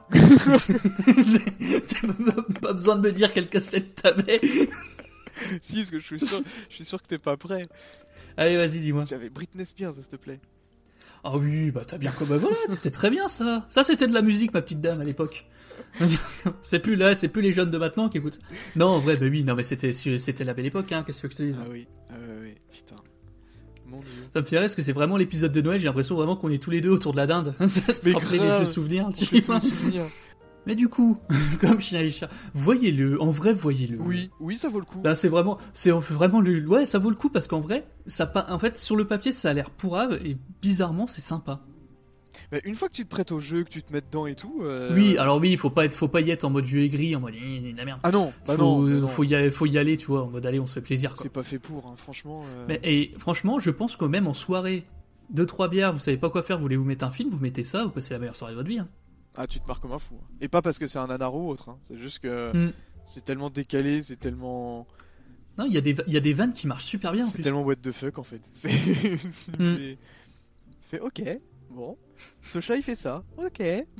Speaker 6: T'as pas- pas besoin de me dire quelle cassette t'avais.
Speaker 7: Si, parce que je suis sûr, je suis sûr que t'es pas prêt.
Speaker 6: Allez, vas-y, dis-moi.
Speaker 7: J'avais Britney Spears, s'il te plaît.
Speaker 6: Ah oui, bah t'as bien comme bah voilà, c'était très bien ça. Ça c'était de la musique, ma petite dame, à l'époque. C'est plus là, c'est plus les jeunes de maintenant qui écoutent. Non, en vrai, bah oui, non mais c'était c'était la belle époque, hein. Qu'est-ce que je te dis?
Speaker 7: Ah oui, ah ouais, ouais, putain. Mon dieu.
Speaker 6: Ça me fait rire parce que c'est vraiment l'épisode de Noël. J'ai l'impression vraiment qu'on est tous les deux autour de la dinde. Ça se
Speaker 7: Mais
Speaker 6: rappeler les
Speaker 7: grave,
Speaker 6: vieux souvenirs.
Speaker 7: on
Speaker 6: tu
Speaker 7: fait tous
Speaker 6: vois.
Speaker 7: les souvenirs.
Speaker 6: Mais du coup, comme chien et chat, voyez-le. En vrai, voyez-le.
Speaker 7: Oui, oui, ça vaut le coup.
Speaker 6: Là, c'est vraiment, c'est vraiment le, ouais, ça vaut le coup parce qu'en vrai, ça pas, en fait, sur le papier, ça a l'air pourrave et bizarrement, c'est sympa.
Speaker 7: Mais une fois que tu te prêtes au jeu, que tu te mets dedans et tout. euh,
Speaker 6: Oui, alors oui, il faut pas être, faut pas y être en mode vieux aigri, en mode eh, la merde.
Speaker 7: Ah non, bah
Speaker 6: faut,
Speaker 7: non, bah non.
Speaker 6: faut y aller, faut y aller, tu vois, en mode allez, on se fait plaisir. Quoi.
Speaker 7: C'est pas fait pour, hein, franchement. euh,
Speaker 6: Mais et franchement, je pense que même en soirée, deux trois bières, vous savez pas quoi faire, vous voulez vous mettre un film, vous mettez ça, vous passez la meilleure soirée de votre vie. Hein.
Speaker 7: Ah, tu te marres comme un fou. hein. Et pas parce que c'est un nanar ou autre, hein. C'est juste que
Speaker 6: Mm.
Speaker 7: c'est tellement décalé, c'est tellement.
Speaker 6: Non, il y a des, il y a des vannes qui marchent super bien. En
Speaker 7: C'est
Speaker 6: plus.
Speaker 7: tellement what the fuck en fait. C'est. c'est-
Speaker 6: Mm.
Speaker 7: c'est- Tu fais ok, bon. Ce chat il fait ça, ok.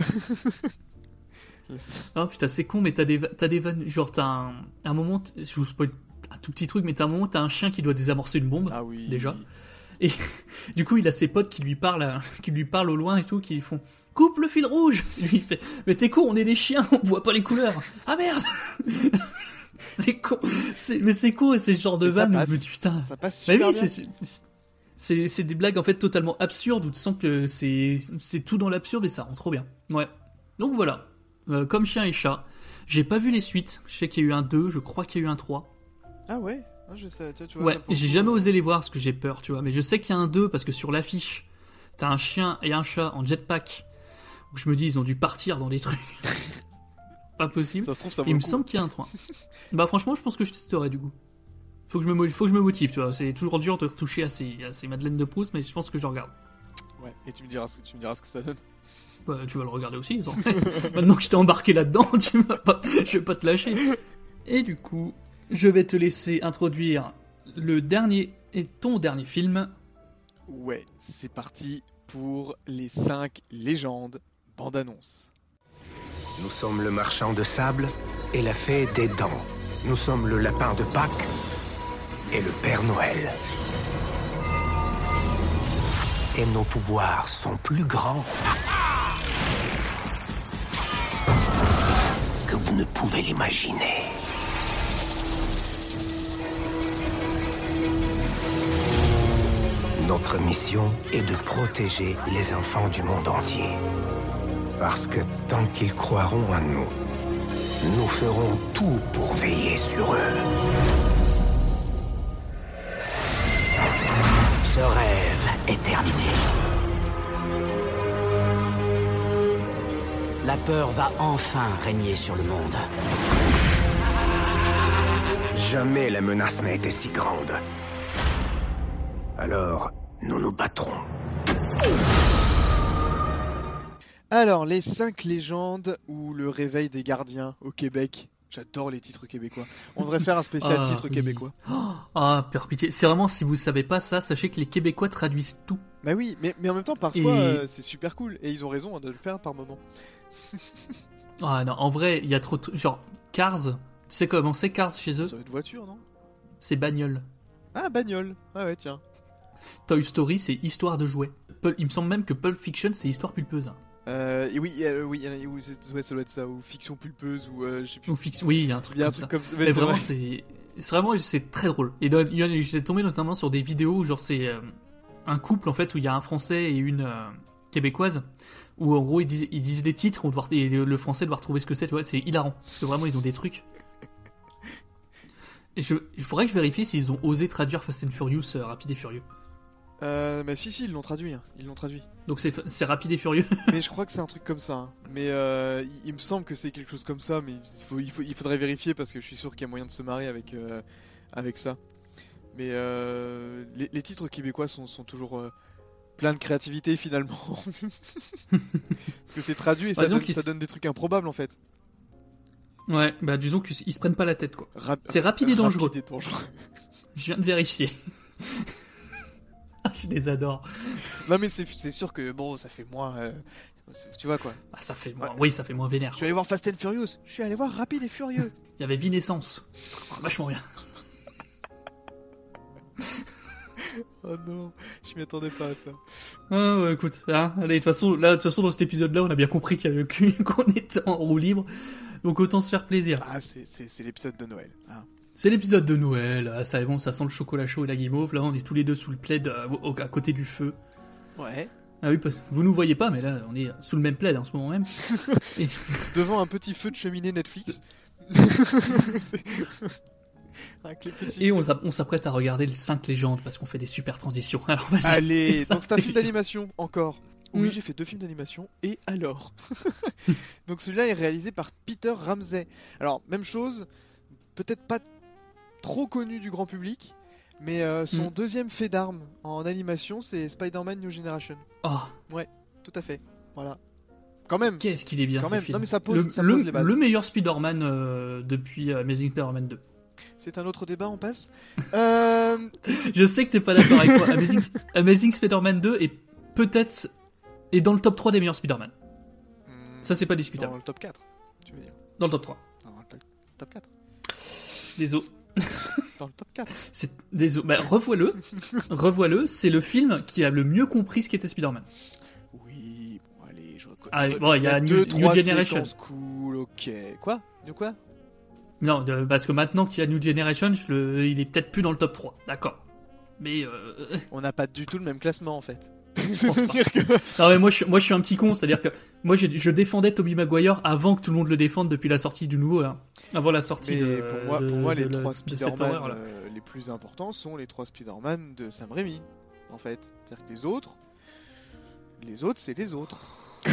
Speaker 6: Oh putain, c'est con, mais t'as des, va- t'as des vannes. Genre, t'as un, un moment, t- je vous spoil un tout petit truc, mais t'as un moment, t'as un chien qui doit désamorcer une bombe.
Speaker 7: Ah oui.
Speaker 6: Déjà. Et du coup, il a ses potes qui lui parlent, à- qui lui parlent au loin et tout, qui lui font coupe le fil rouge. Et lui, il fait mais t'es con, on est des chiens, on voit pas les couleurs. Ah merde. C'est con, c'est, mais c'est con et c'est ce genre de
Speaker 7: Mais ça
Speaker 6: vanne où
Speaker 7: passe.
Speaker 6: je me dis putain.
Speaker 7: Ça passe
Speaker 6: Bah
Speaker 7: super
Speaker 6: oui,
Speaker 7: bien.
Speaker 6: c'est, c'est, c'est des blagues en fait totalement absurdes où tu sens que c'est, c'est tout dans l'absurde et ça rend trop bien. Ouais. Donc voilà. Euh, comme chien et chat. J'ai pas vu les suites. Je sais qu'il y a eu un deux, je crois qu'il y a eu un trois.
Speaker 7: Ah ouais, ah, je sais, tu vois.
Speaker 6: Ouais,
Speaker 7: là, pour
Speaker 6: j'ai
Speaker 7: le coup,
Speaker 6: jamais
Speaker 7: euh,
Speaker 6: osé les voir parce que j'ai peur, tu vois. Mais je sais qu'il y a un deux parce que sur l'affiche, t'as un chien et un chat en jetpack. Où je me dis, ils ont dû partir dans des trucs. Pas possible.
Speaker 7: Ça se trouve, ça vaut
Speaker 6: Il
Speaker 7: le
Speaker 6: me
Speaker 7: coup.
Speaker 6: semble qu'il y a un trois. Bah franchement, je pense que je testerai du coup. Faut que je me, mo- faut que je me motive, tu vois. C'est toujours dur de retoucher à ces, à ces Madeleine de Proust, mais je pense que je regarde.
Speaker 7: Ouais, et tu me diras ce que, tu me diras ce que ça donne.
Speaker 6: Bah, tu vas le regarder aussi. Attends. Maintenant que je t'ai embarqué là-dedans, tu vas pas, je vais pas te lâcher. Et du coup, je vais te laisser introduire le dernier et ton dernier film.
Speaker 7: Ouais, c'est parti pour les cinq légendes bande-annonce.
Speaker 18: Nous sommes le marchand de sable et la fée des dents. Nous sommes le lapin de Pâques et le Père Noël. Et nos pouvoirs sont plus grands que vous ne pouvez l'imaginer. Notre mission est de protéger les enfants du monde entier. Parce que tant qu'ils croiront en nous, nous ferons tout pour veiller sur eux. Ce rêve est terminé.
Speaker 19: La peur va enfin régner sur le monde.
Speaker 18: Jamais la menace n'a été si grande. Alors, nous nous battrons.
Speaker 7: Alors, les cinq légendes ou le réveil des gardiens au Québec. J'adore les titres québécois. On devrait faire un spécial
Speaker 6: ah,
Speaker 7: titre
Speaker 6: oui.
Speaker 7: québécois.
Speaker 6: Ah, peur pitié. C'est vraiment, si vous savez pas ça, sachez que les Québécois traduisent tout.
Speaker 7: Bah oui, mais, mais en même temps, parfois,
Speaker 6: Et...
Speaker 7: euh, c'est super cool. Et ils ont raison de le faire par moment.
Speaker 6: Ah non, en vrai, il y a trop de trucs. Genre, Cars, tu sais comment c'est Cars chez eux?
Speaker 7: Ça va être voiture, non?
Speaker 6: C'est bagnole.
Speaker 7: Ah, bagnole. Ah ouais, tiens.
Speaker 6: Toy Story, c'est histoire de jouets. Pul- Il me semble même que Pulp Fiction, c'est histoire pulpeuse.
Speaker 7: Euh, et oui, euh, oui, euh, oui c'est, ouais, ça doit être ça, ou fiction pulpeuse, ou euh, je sais plus.
Speaker 6: Ou fiction, oui, il y a un truc,
Speaker 7: y a
Speaker 6: comme,
Speaker 7: un truc
Speaker 6: ça.
Speaker 7: comme ça. Ouais,
Speaker 6: Mais
Speaker 7: c'est
Speaker 6: vraiment,
Speaker 7: vrai.
Speaker 6: c'est, c'est vraiment, c'est très drôle. Et donc, il y a- j'ai tombé notamment sur des vidéos où genre c'est euh, un couple en fait où il y a un Français et une euh, Québécoise où en gros ils disent, ils disent des titres, on doit, et le, le Français doit retrouver ce que c'est, tu vois, c'est hilarant parce que vraiment ils ont des trucs. Et je, il faudrait que je vérifie s'ils ont osé traduire Fast and Furious euh, Rapide et Furieux.
Speaker 7: Euh, mais si, si, ils l'ont traduit. Hein. Ils l'ont traduit.
Speaker 6: Donc c'est, c'est Rapide et Furieux.
Speaker 7: Mais je crois que c'est un truc comme ça. Hein. Mais euh, il, il me semble que c'est quelque chose comme ça. Mais il, faut, il, faut, il faudrait vérifier parce que je suis sûr qu'il y a moyen de se marrer avec, euh, avec ça. Mais euh, les, les titres québécois sont, sont toujours euh, plein de créativité finalement. Parce que c'est traduit et
Speaker 6: Bah,
Speaker 7: ça,
Speaker 6: disons
Speaker 7: donne,
Speaker 6: qu'ils
Speaker 7: ça
Speaker 6: s-
Speaker 7: donne des trucs improbables en fait.
Speaker 6: Ouais, bah disons qu'ils se prennent pas la tête quoi.
Speaker 7: Rap-
Speaker 6: C'est rapide et dangereux.
Speaker 7: Rapide et dangereux.
Speaker 6: Je viens de vérifier. Ah, je les adore.
Speaker 7: Non mais c'est, c'est sûr que bon, ça fait moins. euh, c'est- tu vois quoi.
Speaker 6: Ah, ça fait moins, oui, ça fait moins vénère.
Speaker 7: Je suis allé voir Fast and Furious. Je suis allé voir Rapide et Furieux.
Speaker 6: Il y avait Vinescence. Vachement bien.
Speaker 7: Oh non, je m'y attendais pas à ça.
Speaker 6: Ah ouais, écoute, hein, allez, de toute façon, là, de toute façon, dans cet épisode-là, on a bien compris qu'il y avait qu'une- qu'on était en roue libre, donc autant se faire plaisir.
Speaker 7: Ah, c'est, c'est, c'est l'épisode de Noël. Hein.
Speaker 6: C'est l'épisode de Noël, ah, ça, bon, ça sent le chocolat chaud et la guimauve, là, on est tous les deux sous le plaid, euh, au- à côté du feu.
Speaker 7: Ouais.
Speaker 6: Ah oui, parce que vous nous voyez pas, mais là, on est sous le même plaid en ce moment même. Et-
Speaker 7: Devant un petit feu de cheminée Netflix. C'est- Avec les petits
Speaker 6: Et on,
Speaker 7: feux.
Speaker 6: s'app- on s'apprête à regarder les cinq légendes, parce qu'on fait des super transitions. Alors, vas-y.
Speaker 7: Allez,
Speaker 6: Les cinq
Speaker 7: donc c'est un film
Speaker 6: légendes.
Speaker 7: d'animation encore. Oui,
Speaker 6: Mm.
Speaker 7: j'ai fait deux films d'animation, et alors donc celui-là est réalisé par Peter Ramsey. Alors, même chose, peut-être pas trop connu du grand public, mais euh, son
Speaker 6: Mm.
Speaker 7: deuxième fait d'armes en animation, c'est Spider-Man New Generation.
Speaker 6: Oh.
Speaker 7: Ouais, tout à fait. Voilà. Quand même.
Speaker 6: Qu'est-ce qu'il est bien
Speaker 7: Quand
Speaker 6: ce
Speaker 7: même.
Speaker 6: film.
Speaker 7: Non mais ça pose,
Speaker 6: le,
Speaker 7: ça
Speaker 6: le-
Speaker 7: pose les bases.
Speaker 6: le meilleur Spider-Man euh, depuis euh, Amazing Spider-Man deux.
Speaker 7: C'est un autre débat, on passe. euh...
Speaker 6: Je sais que t'es pas d'accord avec moi. Amazing, Amazing Spider-Man deux est peut-être est dans le top trois des meilleurs Spider-Man. Ça c'est pas discutable.
Speaker 7: Dans le top quatre, tu veux dire.
Speaker 6: Dans le top trois.
Speaker 7: Dans le top- top quatre.
Speaker 6: Désolé.
Speaker 7: Dans le top quatre.
Speaker 6: C'est désolé. Bah, revois-le. Revois-le. C'est le film qui a le mieux compris ce qu'était Spider-Man.
Speaker 7: Oui, bon allez, je reconnais.
Speaker 6: Ah, bon, il y a New-
Speaker 7: deux,
Speaker 6: New
Speaker 7: trois
Speaker 6: Generation.
Speaker 7: séquences cool, ok. Quoi De quoi
Speaker 6: Non, de- parce que maintenant qu'il y a New Generation, je le- il est peut-être plus dans le top trois. D'accord. Mais euh,
Speaker 7: On n'a pas du tout le même classement en fait.
Speaker 6: je pense pas. Non mais moi je, suis- moi je suis un petit con, c'est-à-dire que moi j'ai- je défendais Tobey Maguire avant que tout le monde le défende depuis la sortie du nouveau, là. Avant la sortie
Speaker 7: Mais
Speaker 6: de,
Speaker 7: pour moi,
Speaker 6: de-
Speaker 7: pour moi
Speaker 6: de
Speaker 7: les
Speaker 6: la-
Speaker 7: trois
Speaker 6: de cette
Speaker 7: Spider-Man
Speaker 6: horreur, là.
Speaker 7: euh, les plus importants sont les trois Spider-Man de Sam Raimi, en fait. C'est-à-dire que les autres, les autres, c'est les autres.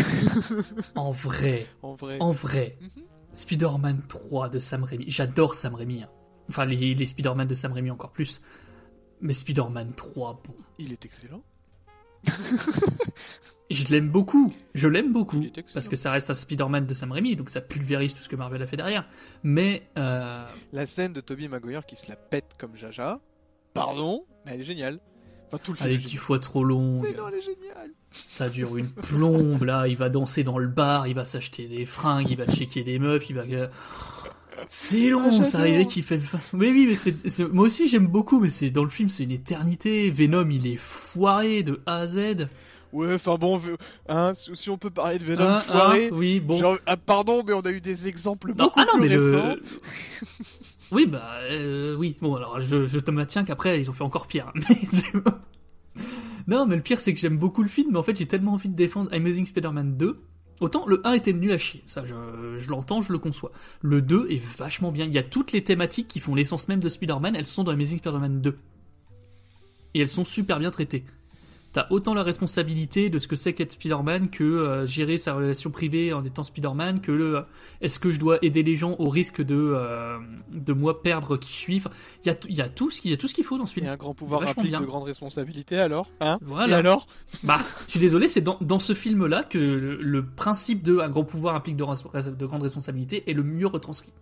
Speaker 6: En vrai,
Speaker 7: En vrai.
Speaker 6: en vrai,
Speaker 7: Mhm.
Speaker 6: Spider-Man trois de Sam Raimi, j'adore Sam Raimi. hein. Enfin les, les Spider-Man de Sam Raimi encore plus. Mais Spider-Man trois, bon.
Speaker 7: Il est excellent.
Speaker 6: Je l'aime beaucoup, je l'aime beaucoup, parce que ça reste un Spider-Man de Sam Raimi, donc ça pulvérise tout ce que Marvel a fait derrière. Mais euh...
Speaker 7: la scène de Tobey Maguire qui se la pète comme Jaja, pardon, mais elle est géniale. Enfin, tout le film.
Speaker 6: Elle est dix fois trop longue.
Speaker 7: Mais non, elle est géniale.
Speaker 6: Ça dure une plombe, là. Il va danser dans le bar, il va s'acheter des fringues, il va checker des meufs, il va. C'est long,
Speaker 7: ah,
Speaker 6: ça arrive qui fait. Mais oui, mais c'est, c'est... moi aussi j'aime beaucoup, mais c'est dans le film, c'est une éternité. Venom, il est foiré de A à Z.
Speaker 7: Ouais, enfin bon, hein, si on peut parler de Venom ah, foiré,
Speaker 6: ah, oui, bon.
Speaker 7: Genre, ah, pardon, mais on a eu des exemples
Speaker 6: non,
Speaker 7: beaucoup
Speaker 6: ah, non,
Speaker 7: plus récents.
Speaker 6: Le... oui, bah, euh, oui. Bon, alors je, je te maintiens qu'après ils ont fait encore pire. Mais c'est... non, mais le pire c'est que j'aime beaucoup le film, mais en fait j'ai tellement envie de défendre Amazing Spider-Man deux. Autant le un était nul à chier, ça je, je l'entends, je le conçois. Le deux est vachement bien. Il y a toutes les thématiques qui font l'essence même de Spider-Man, elles sont dans Amazing Spider-Man deux. Et elles sont super bien traitées. T'as autant la responsabilité de ce que c'est qu'être Spider-Man que euh, gérer sa relation privée en étant Spider-Man, que le euh, est-ce que je dois aider les gens au risque de euh, de moi perdre qui je suis. Enfin, il y a il y a tout ce qu'il y a tout ce qu'il faut dans ce film.
Speaker 7: Et un grand pouvoir implique de grandes responsabilités alors, hein
Speaker 6: voilà.
Speaker 7: Et alors
Speaker 6: bah, je suis désolé, c'est dans dans ce film-là que le, le principe de un grand pouvoir implique de, de grandes responsabilités est le mieux retranscrit.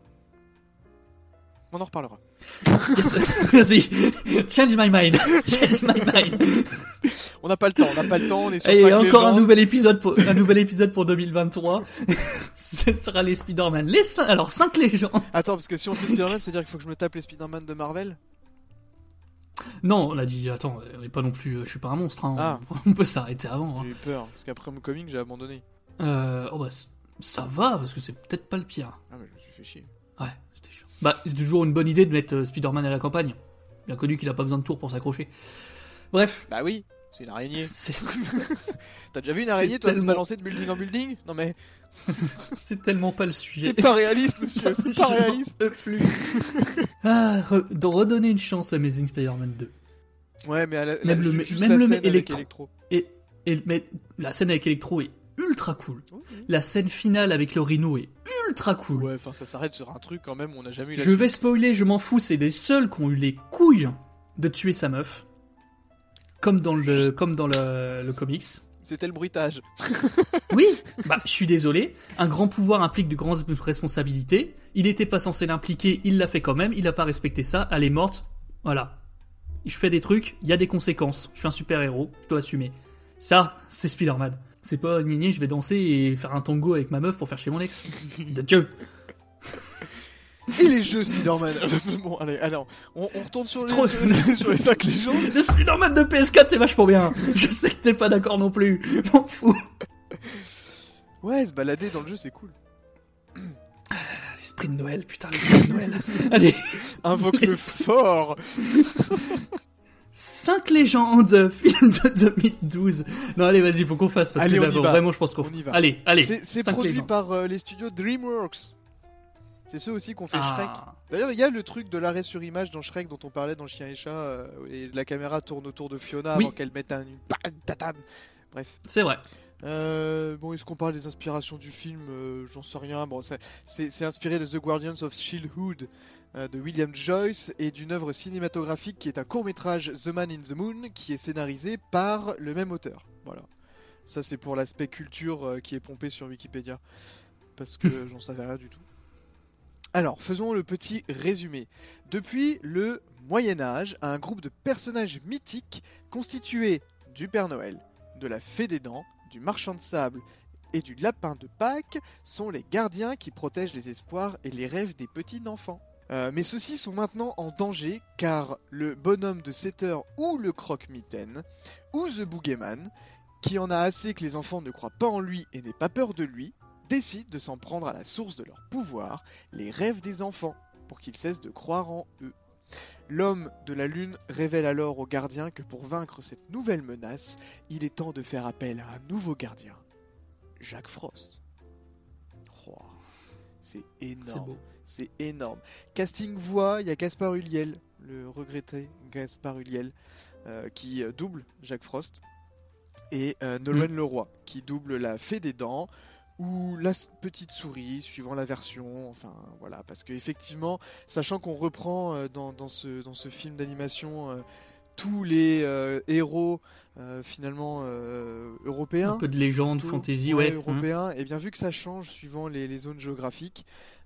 Speaker 7: On en reparlera.
Speaker 6: Yes. Vas-y, change my mind, change my mind.
Speaker 7: On n'a pas le temps, on n'a pas le temps, on est sur
Speaker 6: Et
Speaker 7: cinq
Speaker 6: encore
Speaker 7: légendes.
Speaker 6: un nouvel épisode pour un nouvel épisode pour deux mille vingt-trois. Ce sera les Spider-Man. Les cinq, alors cinq légendes.
Speaker 7: Attends, parce que si on fait Spider-Man, c'est-à-dire qu'il faut que je me tape les Spider-Man de Marvel.
Speaker 6: Non, on a dit attends, on est pas non plus, je suis pas un monstre. Hein.
Speaker 7: Ah.
Speaker 6: On peut s'arrêter avant. Hein.
Speaker 7: J'ai eu peur parce qu'après mon comic, j'ai abandonné.
Speaker 6: Euh, oh bah ça va parce que c'est peut-être pas le pire.
Speaker 7: Ah mais je me suis fait chier.
Speaker 6: Ouais, c'était chiant. Bah c'est toujours une bonne idée de mettre Spider-Man à la campagne. Bien connu qu'il a pas besoin de tour pour s'accrocher. Bref.
Speaker 7: Bah oui. C'est une araignée.
Speaker 6: C'est...
Speaker 7: T'as déjà vu une araignée, toi, tellement... se balancer de building en building? Non mais...
Speaker 6: c'est tellement pas le sujet.
Speaker 7: C'est pas réaliste, monsieur, c'est pas réaliste.
Speaker 6: Plus. ah, re... de redonner une chance à Amazing Spider-Man deux.
Speaker 7: Ouais, mais à la,
Speaker 6: même
Speaker 7: la,
Speaker 6: le,
Speaker 7: juste
Speaker 6: même
Speaker 7: la
Speaker 6: le
Speaker 7: scène
Speaker 6: Electro.
Speaker 7: avec Electro.
Speaker 6: Et, et, mais la scène avec Electro est ultra cool.
Speaker 7: Mmh.
Speaker 6: La scène finale avec le Rhino est ultra cool.
Speaker 7: Ouais, enfin ça s'arrête sur un truc quand même, on n'a jamais eu la
Speaker 6: Je
Speaker 7: suite.
Speaker 6: vais spoiler, je m'en fous, c'est les seuls qui ont eu les couilles de tuer sa meuf. Comme dans le, comme dans le, le comics.
Speaker 7: C'était le bruitage.
Speaker 6: Oui, bah je suis désolé. Un grand pouvoir implique de grandes responsabilités. Il était pas censé l'impliquer, il l'a fait quand même. Il a pas respecté ça. Elle est morte. Voilà. Je fais des trucs, il y a des conséquences. Je suis un super héros, je dois assumer. Ça, c'est Spider-Man. C'est pas gna je vais danser et faire un tango avec ma meuf pour faire chier mon ex. De Dieu.
Speaker 7: Et les jeux Spider-Man. Bon, allez, alors, on, on retourne sur les,
Speaker 6: trop...
Speaker 7: sur, les, sur les cinq légendes.
Speaker 6: Le Spider-Man de P S quatre, c'est vachement bien. Je sais que t'es pas d'accord non plus. M'en fous.
Speaker 7: Ouais, se balader dans le jeu, c'est cool.
Speaker 6: L'esprit de Noël, putain, l'esprit de Noël. Allez.
Speaker 7: Invoque le fort.
Speaker 6: cinq légendes, film de deux mille douze. Non, allez, vas-y, faut qu'on fasse. Parce
Speaker 7: allez,
Speaker 6: que
Speaker 7: on
Speaker 6: là,
Speaker 7: y va.
Speaker 6: Vraiment, je pense qu'on
Speaker 7: on y va.
Speaker 6: Allez, allez.
Speaker 7: C'est, c'est produit légendes. par euh, les studios DreamWorks. C'est ceux aussi qu'on fait ah. Shrek. D'ailleurs, il y a le truc de l'arrêt sur image dans Shrek dont on parlait dans Chien et Chat, euh, et la caméra tourne autour de Fiona oui. avant qu'elle mette un, une tatane. Bref.
Speaker 6: C'est vrai.
Speaker 7: Euh, bon, est-ce qu'on parle des inspirations du film euh, J'en sais rien. Bon, c'est, c'est, c'est inspiré de The Guardians of Childhood euh, de William Joyce et d'une œuvre cinématographique qui est un court-métrage The Man in the Moon qui est scénarisé par le même auteur. Voilà. Ça, c'est pour l'aspect culture euh, qui est pompé sur Wikipédia. Parce que j'en savais rien du tout. Alors, faisons le petit résumé. Depuis le Moyen-Âge, un groupe de personnages mythiques constitués du Père Noël, de la Fée des Dents, du Marchand de Sable et du Lapin de Pâques sont les gardiens qui protègent les espoirs et les rêves des petits enfants. Euh, mais ceux-ci sont maintenant en danger car le bonhomme de sept heures ou le croque-mitaine ou The Boogeyman, qui en a assez que les enfants ne croient pas en lui et n'aient pas peur de lui, décident de s'en prendre à la source de leur pouvoir, les rêves des enfants, pour qu'ils cessent de croire en eux. L'homme de la lune révèle alors aux gardiens que pour vaincre cette nouvelle menace, il est temps de faire appel à un nouveau gardien, Jack Frost. Oh, c'est énorme,
Speaker 6: c'est beau.
Speaker 7: C'est énorme. Casting voix, il y a Gaspard Ulliel, le regretté Gaspard Ulliel, euh, qui euh, double Jack Frost, et euh, Nolwenn mmh. Leroy, qui double la Fée des Dents, ou la petite souris, suivant la version, enfin voilà, parce que effectivement, sachant qu'on reprend euh, dans, dans, ce, dans ce film d'animation euh, tous les euh, héros euh, finalement euh, européens.
Speaker 6: Un peu de légende,
Speaker 7: tout,
Speaker 6: fantasy,
Speaker 7: ouais.
Speaker 6: ouais.
Speaker 7: Européens. Et bien vu que ça change suivant les, les zones géographiques,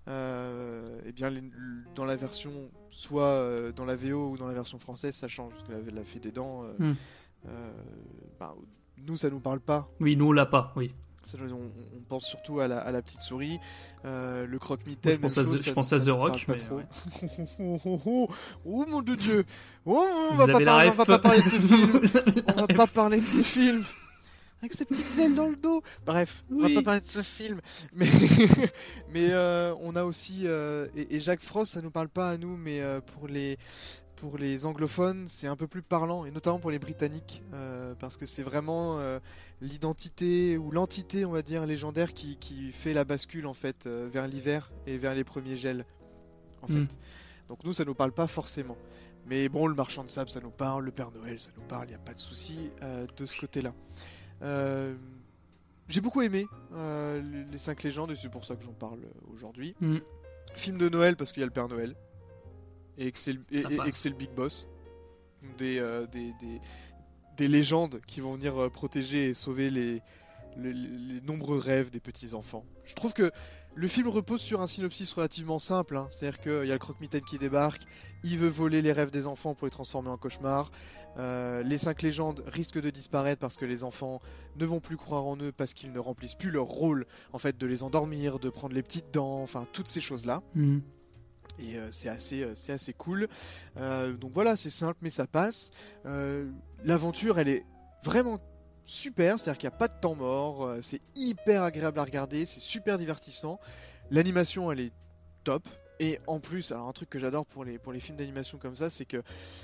Speaker 7: euh, et bien les, dans la version, soit euh, dans la V O ou dans la version française, ça change. Parce que la, la Fée des Dents, euh,
Speaker 6: mm.
Speaker 7: euh, bah, nous ça nous parle pas.
Speaker 6: Oui, nous on l'a pas, oui.
Speaker 7: Ça, on, on pense surtout à la, à la petite souris, euh, le croque-mitaine.
Speaker 6: Je pense, à,
Speaker 7: chose,
Speaker 6: the,
Speaker 7: ça,
Speaker 6: je pense à The Rock,
Speaker 7: pas
Speaker 6: mais
Speaker 7: trop.
Speaker 6: Ouais.
Speaker 7: oh, oh, oh, oh mon de Dieu, oh, on,
Speaker 6: Vous
Speaker 7: va pas parler, on va pas parler de ce film. On va
Speaker 6: ref.
Speaker 7: pas parler de ce film. Avec ses petites ailes dans le dos. Bref,
Speaker 6: oui.
Speaker 7: on va pas parler de ce film. Mais, mais euh, on a aussi euh, et, et Jack Frost, ça nous parle pas à nous, mais euh, pour les pour les anglophones, c'est un peu plus parlant, et notamment pour les Britanniques, euh, parce que c'est vraiment euh, l'identité ou l'entité, on va dire, légendaire qui, qui fait la bascule en fait euh, vers l'hiver et vers les premiers gels. En fait.
Speaker 6: Mm.
Speaker 7: Donc nous, ça nous parle pas forcément. Mais bon, le marchand de sable, ça nous parle, le Père Noël, ça nous parle, il y a pas de souci euh, de ce côté-là. Euh, j'ai beaucoup aimé euh, les cinq légendes et c'est pour ça que j'en parle aujourd'hui.
Speaker 6: Mm.
Speaker 7: Film de Noël parce qu'il y a le Père Noël et que c'est le, et, et, et que c'est le Big Boss des, euh, des, des, des légendes qui vont venir euh, protéger et sauver les, les, les nombreux rêves des petits enfants. Je trouve que le film repose sur un synopsis relativement simple, hein. C'est-à-dire qu'il y a le croque-mitaine qui débarque, il veut voler les rêves des enfants pour les transformer en cauchemars. Euh, les cinq légendes risquent de disparaître parce que les enfants ne vont plus croire en eux parce qu'ils ne remplissent plus leur rôle, en fait, de les endormir, de prendre les petites dents, enfin toutes ces choses-là.
Speaker 6: Mmh.
Speaker 7: Et euh, c'est assez, euh, c'est assez cool. Euh, donc voilà, c'est simple mais ça passe. Euh, l'aventure, elle est vraiment super, c'est-à-dire qu'il n'y a pas de temps mort, euh, c'est hyper agréable à regarder, c'est super divertissant. L'animation, elle est top. Et en plus, alors un truc que j'adore pour les, pour les films d'animation comme ça, c'est que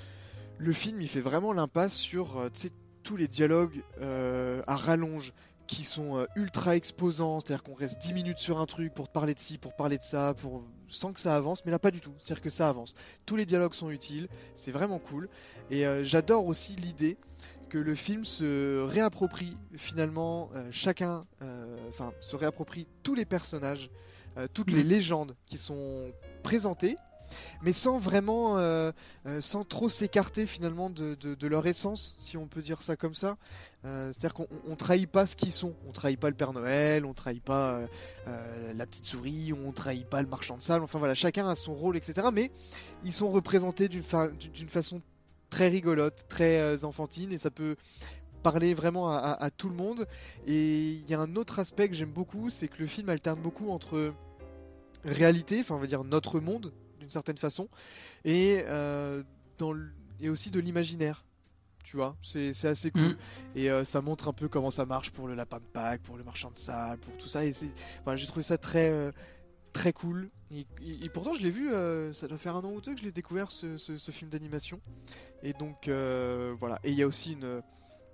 Speaker 7: le film, il fait vraiment l'impasse sur euh, tous les dialogues euh, à rallonge qui sont euh, ultra exposants, c'est-à-dire qu'on reste dix minutes sur un truc pour te parler de ci, pour parler de ça, pour... sans que ça avance, mais là pas du tout, c'est-à-dire que ça avance. Tous les dialogues sont utiles, c'est vraiment cool. Et euh, j'adore aussi l'idée que le film se réapproprie finalement euh, chacun, enfin euh, se réapproprie tous les personnages, euh, toutes mmh. les légendes qui sont présentées, mais sans vraiment, euh, euh, sans trop s'écarter finalement de, de, de leur essence, si on peut dire ça comme ça. Euh, c'est-à-dire qu'on on trahit pas ce qu'ils sont. On trahit pas le Père Noël, on trahit pas euh, euh, la petite souris, on trahit pas le marchand de sable. Enfin voilà, chacun a son rôle, et cetera. Mais ils sont représentés d'une, fa- d'une façon très rigolote, très euh, enfantine, et ça peut parler vraiment à, à, à tout le monde. Et il y a un autre aspect que j'aime beaucoup, c'est que le film alterne beaucoup entre réalité, enfin on va dire notre monde d'une certaine façon, et euh, dans l... et aussi de l'imaginaire. Tu vois, c'est, c'est assez cool. Mmh. Et euh, ça montre un peu comment ça marche pour le lapin de Pâques, pour le marchand de sable, pour tout ça. Et c'est... Enfin, j'ai trouvé ça très, euh, très cool. Et, et, et pourtant, je l'ai vu, euh, ça doit faire un an ou deux que je l'ai découvert, ce, ce, ce film d'animation. Et donc, euh, voilà. Et il y a aussi une,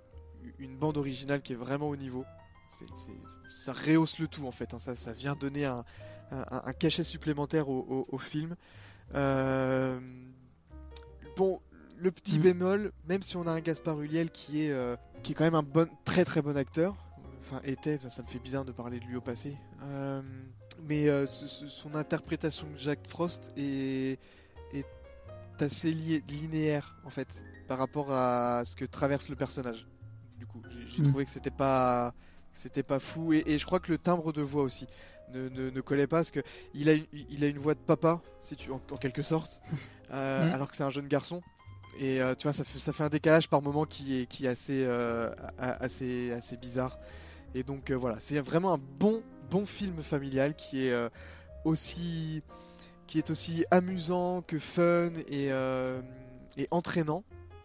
Speaker 7: une bande originale qui est vraiment au niveau. C'est, c'est, ça rehausse le tout, en fait. Hein. Ça, ça vient donner un, un, un cachet supplémentaire au, au, au film. Euh... Bon... Le petit mmh. bémol, même si on a un Gaspard Ulliel qui est, euh, qui est quand même un bon, très très bon acteur, enfin était, ça, ça me fait bizarre de parler de lui au passé, euh, mais euh, ce, ce, son interprétation de Jack Frost est, est assez li- linéaire en fait, par rapport à ce que traverse le personnage. Du coup, j'ai, j'ai mmh. trouvé que c'était pas, c'était pas fou, et, et je crois que le timbre de voix aussi ne, ne, ne collait pas, parce que il a, il a une voix de papa, si tu, en, en quelque sorte, euh, mmh. alors que c'est un jeune garçon. Et euh, tu vois, ça fait, ça fait un décalage par moment qui est, qui est assez, euh, assez, assez bizarre. Et donc euh, voilà, c'est vraiment un bon, bon film familial qui est, euh, aussi, qui est aussi amusant que fun et, euh, et entraînant.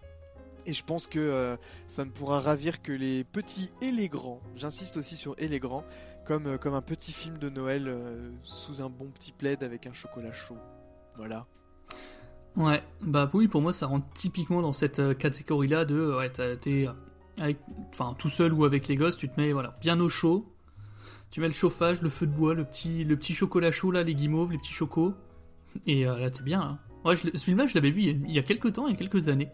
Speaker 7: Et je pense que euh, ça ne pourra ravir que les petits et les grands. J'insiste aussi sur et les grands, comme, euh, comme un petit film de Noël euh, sous un bon petit plaid avec un chocolat chaud. Voilà.
Speaker 6: Ouais, bah oui, pour moi ça rentre typiquement dans cette euh, catégorie-là de ouais, t'es avec, enfin tout seul ou avec les gosses, tu te mets voilà bien au chaud, tu mets le chauffage, le feu de bois, le petit, le petit chocolat chaud là, les guimauves, les petits chocos, et euh, là t'es bien là. Ouais, je, ce film-là je l'avais vu il y a quelques temps, il y a quelques années,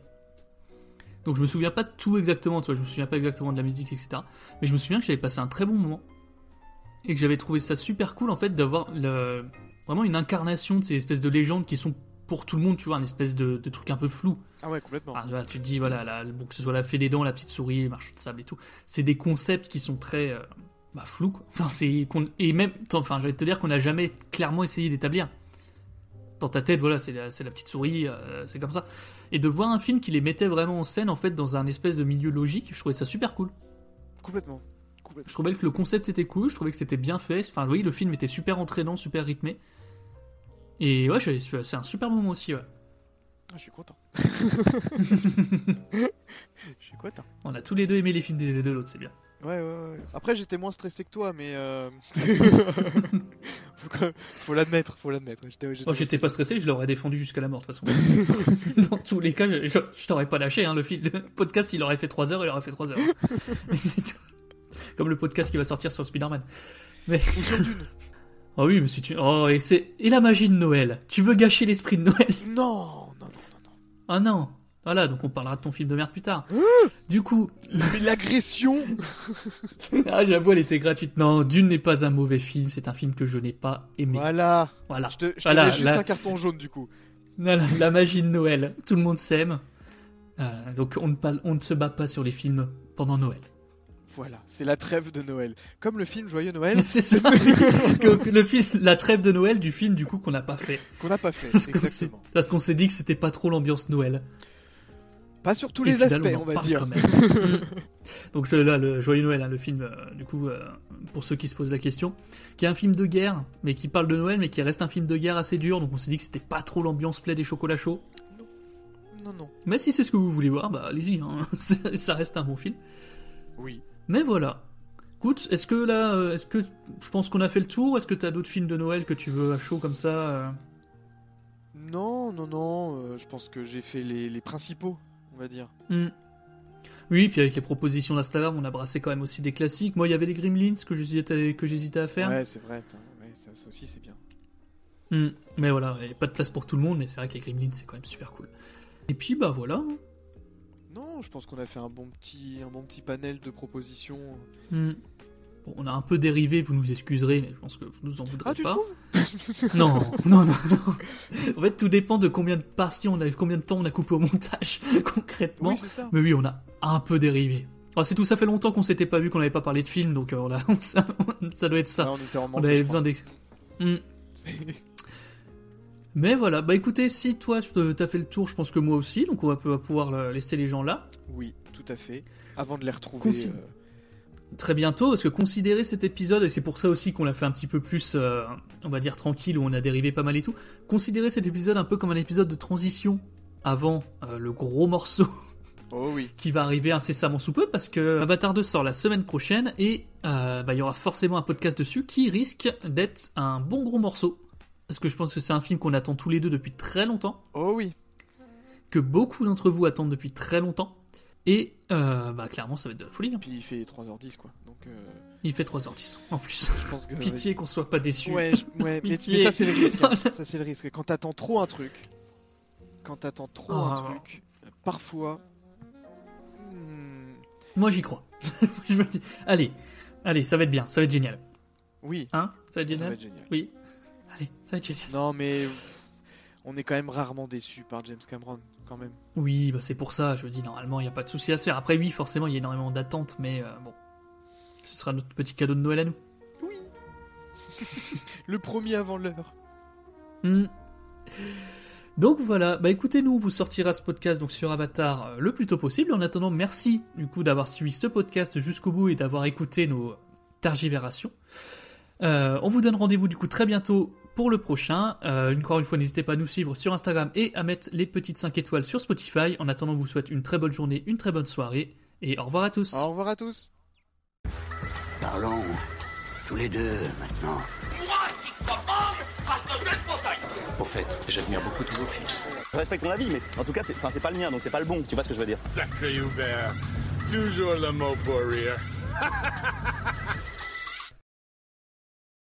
Speaker 6: donc je me souviens pas de tout exactement, tu vois, je me souviens pas exactement de la musique, et cetera. Mais je me souviens que j'avais passé un très bon moment et que j'avais trouvé ça super cool en fait d'avoir le, vraiment une incarnation de ces espèces de légendes qui sont pour tout le monde, tu vois, un espèce de, de truc un peu flou.
Speaker 7: Ah ouais, complètement.
Speaker 6: Ah, voilà, tu te dis, voilà, la, bon, que ce soit la fée des dents, la petite souris, le marché de sable et tout, c'est des concepts qui sont très euh, bah, flous, quoi. Enfin, c'est, qu'on, et même, enfin, j'allais te dire qu'on n'a jamais clairement essayé d'établir. Dans ta tête, voilà, c'est la, c'est la petite souris, euh, c'est comme ça. Et de voir un film qui les mettait vraiment en scène, en fait, dans un espèce de milieu logique, je trouvais ça super cool.
Speaker 7: Complètement. Complètement.
Speaker 6: Je trouvais que le concept était cool, je trouvais que c'était bien fait. Enfin, oui, le film était super entraînant, super rythmé. Et ouais, c'est un super moment aussi, ouais.
Speaker 7: Ah, je suis content. Je suis content.
Speaker 6: On a tous les deux aimé les films de, de l'autre, c'est bien.
Speaker 7: Ouais, ouais, ouais. Après, j'étais moins stressé que toi, mais euh... faut, faut l'admettre, faut l'admettre. J'étais, j'étais,
Speaker 6: oh, j'étais pas stressé, je l'aurais défendu jusqu'à la mort, de toute façon. Dans tous les cas, je, je, je t'aurais pas lâché, hein. Le, film, le podcast, il aurait fait trois heures, il aurait fait trois heures. Mais c'est tout. Comme le podcast qui va sortir sur Spider-Man. Mais...
Speaker 7: Ou sur Dune.
Speaker 6: Oh oui, mais si tu... Oh, et c'est... Et la magie de Noël. Tu veux gâcher l'esprit de Noël?
Speaker 7: Non, non, non, non, non.
Speaker 6: Ah non. Voilà, donc on parlera de ton film de merde plus tard. Du coup...
Speaker 7: Mais l'agression.
Speaker 6: Ah, j'avoue, elle était gratuite. Non, Dune n'est pas un mauvais film, c'est un film que je n'ai pas aimé.
Speaker 7: Voilà.
Speaker 6: Voilà.
Speaker 7: Je te, je
Speaker 6: voilà,
Speaker 7: te mets juste
Speaker 6: la...
Speaker 7: un carton jaune, du coup.
Speaker 6: Voilà, la magie de Noël. Tout le monde s'aime. Euh, donc on ne, parle, on ne se bat pas sur les films pendant Noël.
Speaker 7: Voilà, c'est la trêve de Noël. Comme le film Joyeux Noël.
Speaker 6: C'est ça. le film, la trêve de Noël du film, du coup, qu'on n'a pas fait.
Speaker 7: Qu'on n'a pas fait,
Speaker 6: parce
Speaker 7: exactement.
Speaker 6: Qu'on parce qu'on s'est dit que c'était pas trop l'ambiance Noël.
Speaker 7: Pas sur tous
Speaker 6: Et
Speaker 7: les aspects, on, on va dire.
Speaker 6: Donc là, le Joyeux Noël, hein, le film, euh, du coup, euh, pour ceux qui se posent la question, qui est un film de guerre, mais qui parle de Noël, mais qui reste un film de guerre assez dur. Donc on s'est dit que c'était pas trop l'ambiance plaid des chocolats chauds.
Speaker 7: Non, non.
Speaker 6: Mais si c'est ce que vous voulez voir, bah allez-y, hein. Ça reste un bon film.
Speaker 7: Oui.
Speaker 6: Mais voilà. Écoute, est-ce que là, est-ce que je pense qu'on a fait le tour? Est-ce que t'as d'autres films de Noël que tu veux à chaud comme ça euh...
Speaker 7: Non, non, non. Euh, je pense que j'ai fait les, les principaux, on va dire.
Speaker 6: Mm. Oui, puis avec les propositions d'Instagram, on a brassé quand même aussi des classiques. Moi, il y avait les Gremlins que j'hésitais, que j'hésitais à faire.
Speaker 7: Ouais, c'est vrai. Ouais, ça, ça aussi, c'est bien.
Speaker 6: Mm. Mais voilà, il n'y a pas de place pour tout le monde, mais c'est vrai que les Gremlins, c'est quand même super cool. Et puis, bah voilà.
Speaker 7: Non, je pense qu'on a fait un bon petit, un bon petit panel de propositions.
Speaker 6: Mm. Bon, on a un peu dérivé, vous nous excuserez, mais je pense que vous nous en voudrez
Speaker 7: ah, tu
Speaker 6: pas.
Speaker 7: Trouves
Speaker 6: non, non, non, non. En fait, tout dépend de combien de parties on a, combien de temps on a coupé au montage, concrètement.
Speaker 7: Oui, c'est ça.
Speaker 6: Mais oui, on a un peu dérivé. Enfin, c'est tout, ça fait longtemps qu'on s'était pas vu, qu'on n'avait pas parlé de film, donc euh, voilà, ça, ça doit être ça.
Speaker 7: Ah, on était en manque,
Speaker 6: on avait besoin des... Mm. Mais voilà, bah écoutez, si toi t'as fait le tour, je pense que moi aussi, donc on va pouvoir laisser les gens là.
Speaker 7: Oui, tout à fait. Avant de les retrouver Consi-
Speaker 6: euh... très bientôt, parce que considérez cet épisode, et c'est pour ça aussi qu'on l'a fait un petit peu plus, euh, on va dire tranquille, où on a dérivé pas mal et tout. Considérez cet épisode un peu comme un épisode de transition avant euh, le gros morceau.
Speaker 7: Oh oui.
Speaker 6: Qui va arriver incessamment sous peu, parce que Avatar deux sort la semaine prochaine, et euh, bah, y aura forcément un podcast dessus qui risque d'être un bon gros morceau. Parce que je pense que c'est un film qu'on attend tous les deux depuis très longtemps.
Speaker 7: Oh oui.
Speaker 6: Que beaucoup d'entre vous attendent depuis très longtemps. Et euh, bah clairement ça va être de la folie. Hein.
Speaker 7: Puis il fait trois heures dix quoi. Donc euh...
Speaker 6: il fait trois heures dix en plus.
Speaker 7: Je pense que
Speaker 6: pitié qu'on soit pas déçus.
Speaker 7: Ouais, je... ouais mais, mais ça c'est le risque. Hein. Ça c'est le risque. Quand t'attends trop un truc, quand t'attends trop oh. un truc, parfois. Hmm...
Speaker 6: Moi j'y crois. Je me dis, allez, allez, ça va être bien, ça va être génial.
Speaker 7: Oui.
Speaker 6: Hein, ça va être génial.
Speaker 7: Ça va être génial.
Speaker 6: Oui. Allez, ça va être génial.
Speaker 7: Non mais pff, on est quand même rarement déçus par James Cameron, quand même.
Speaker 6: Oui, bah c'est pour ça, je me dis, normalement, il n'y a pas de souci à se faire. Après, oui, forcément, il y a énormément d'attentes, mais euh, bon, ce sera notre petit cadeau de Noël à nous.
Speaker 7: Oui. Le premier avant l'heure.
Speaker 6: Mm. Donc voilà, bah écoutez, nous, on vous sortira ce podcast donc sur Avatar euh, le plus tôt possible. En attendant, merci du coup d'avoir suivi ce podcast jusqu'au bout et d'avoir écouté nos tergivérations. Euh, on vous donne rendez-vous du coup très bientôt pour le prochain. Euh, encore une fois, n'hésitez pas à nous suivre sur Instagram et à mettre les petites cinq étoiles sur Spotify. En attendant, on vous souhaite une très bonne journée, une très bonne soirée et au revoir à tous.
Speaker 7: Au revoir à tous.
Speaker 19: Parlons tous les deux maintenant.
Speaker 3: Au fait, j'admire beaucoup tous vos films.
Speaker 4: Je respecte ton avis, mais en tout cas, c'est, c'est pas le mien, donc c'est pas le bon. Tu vois ce que je veux dire?
Speaker 5: Sacré Hubert, toujours le mot pour rire.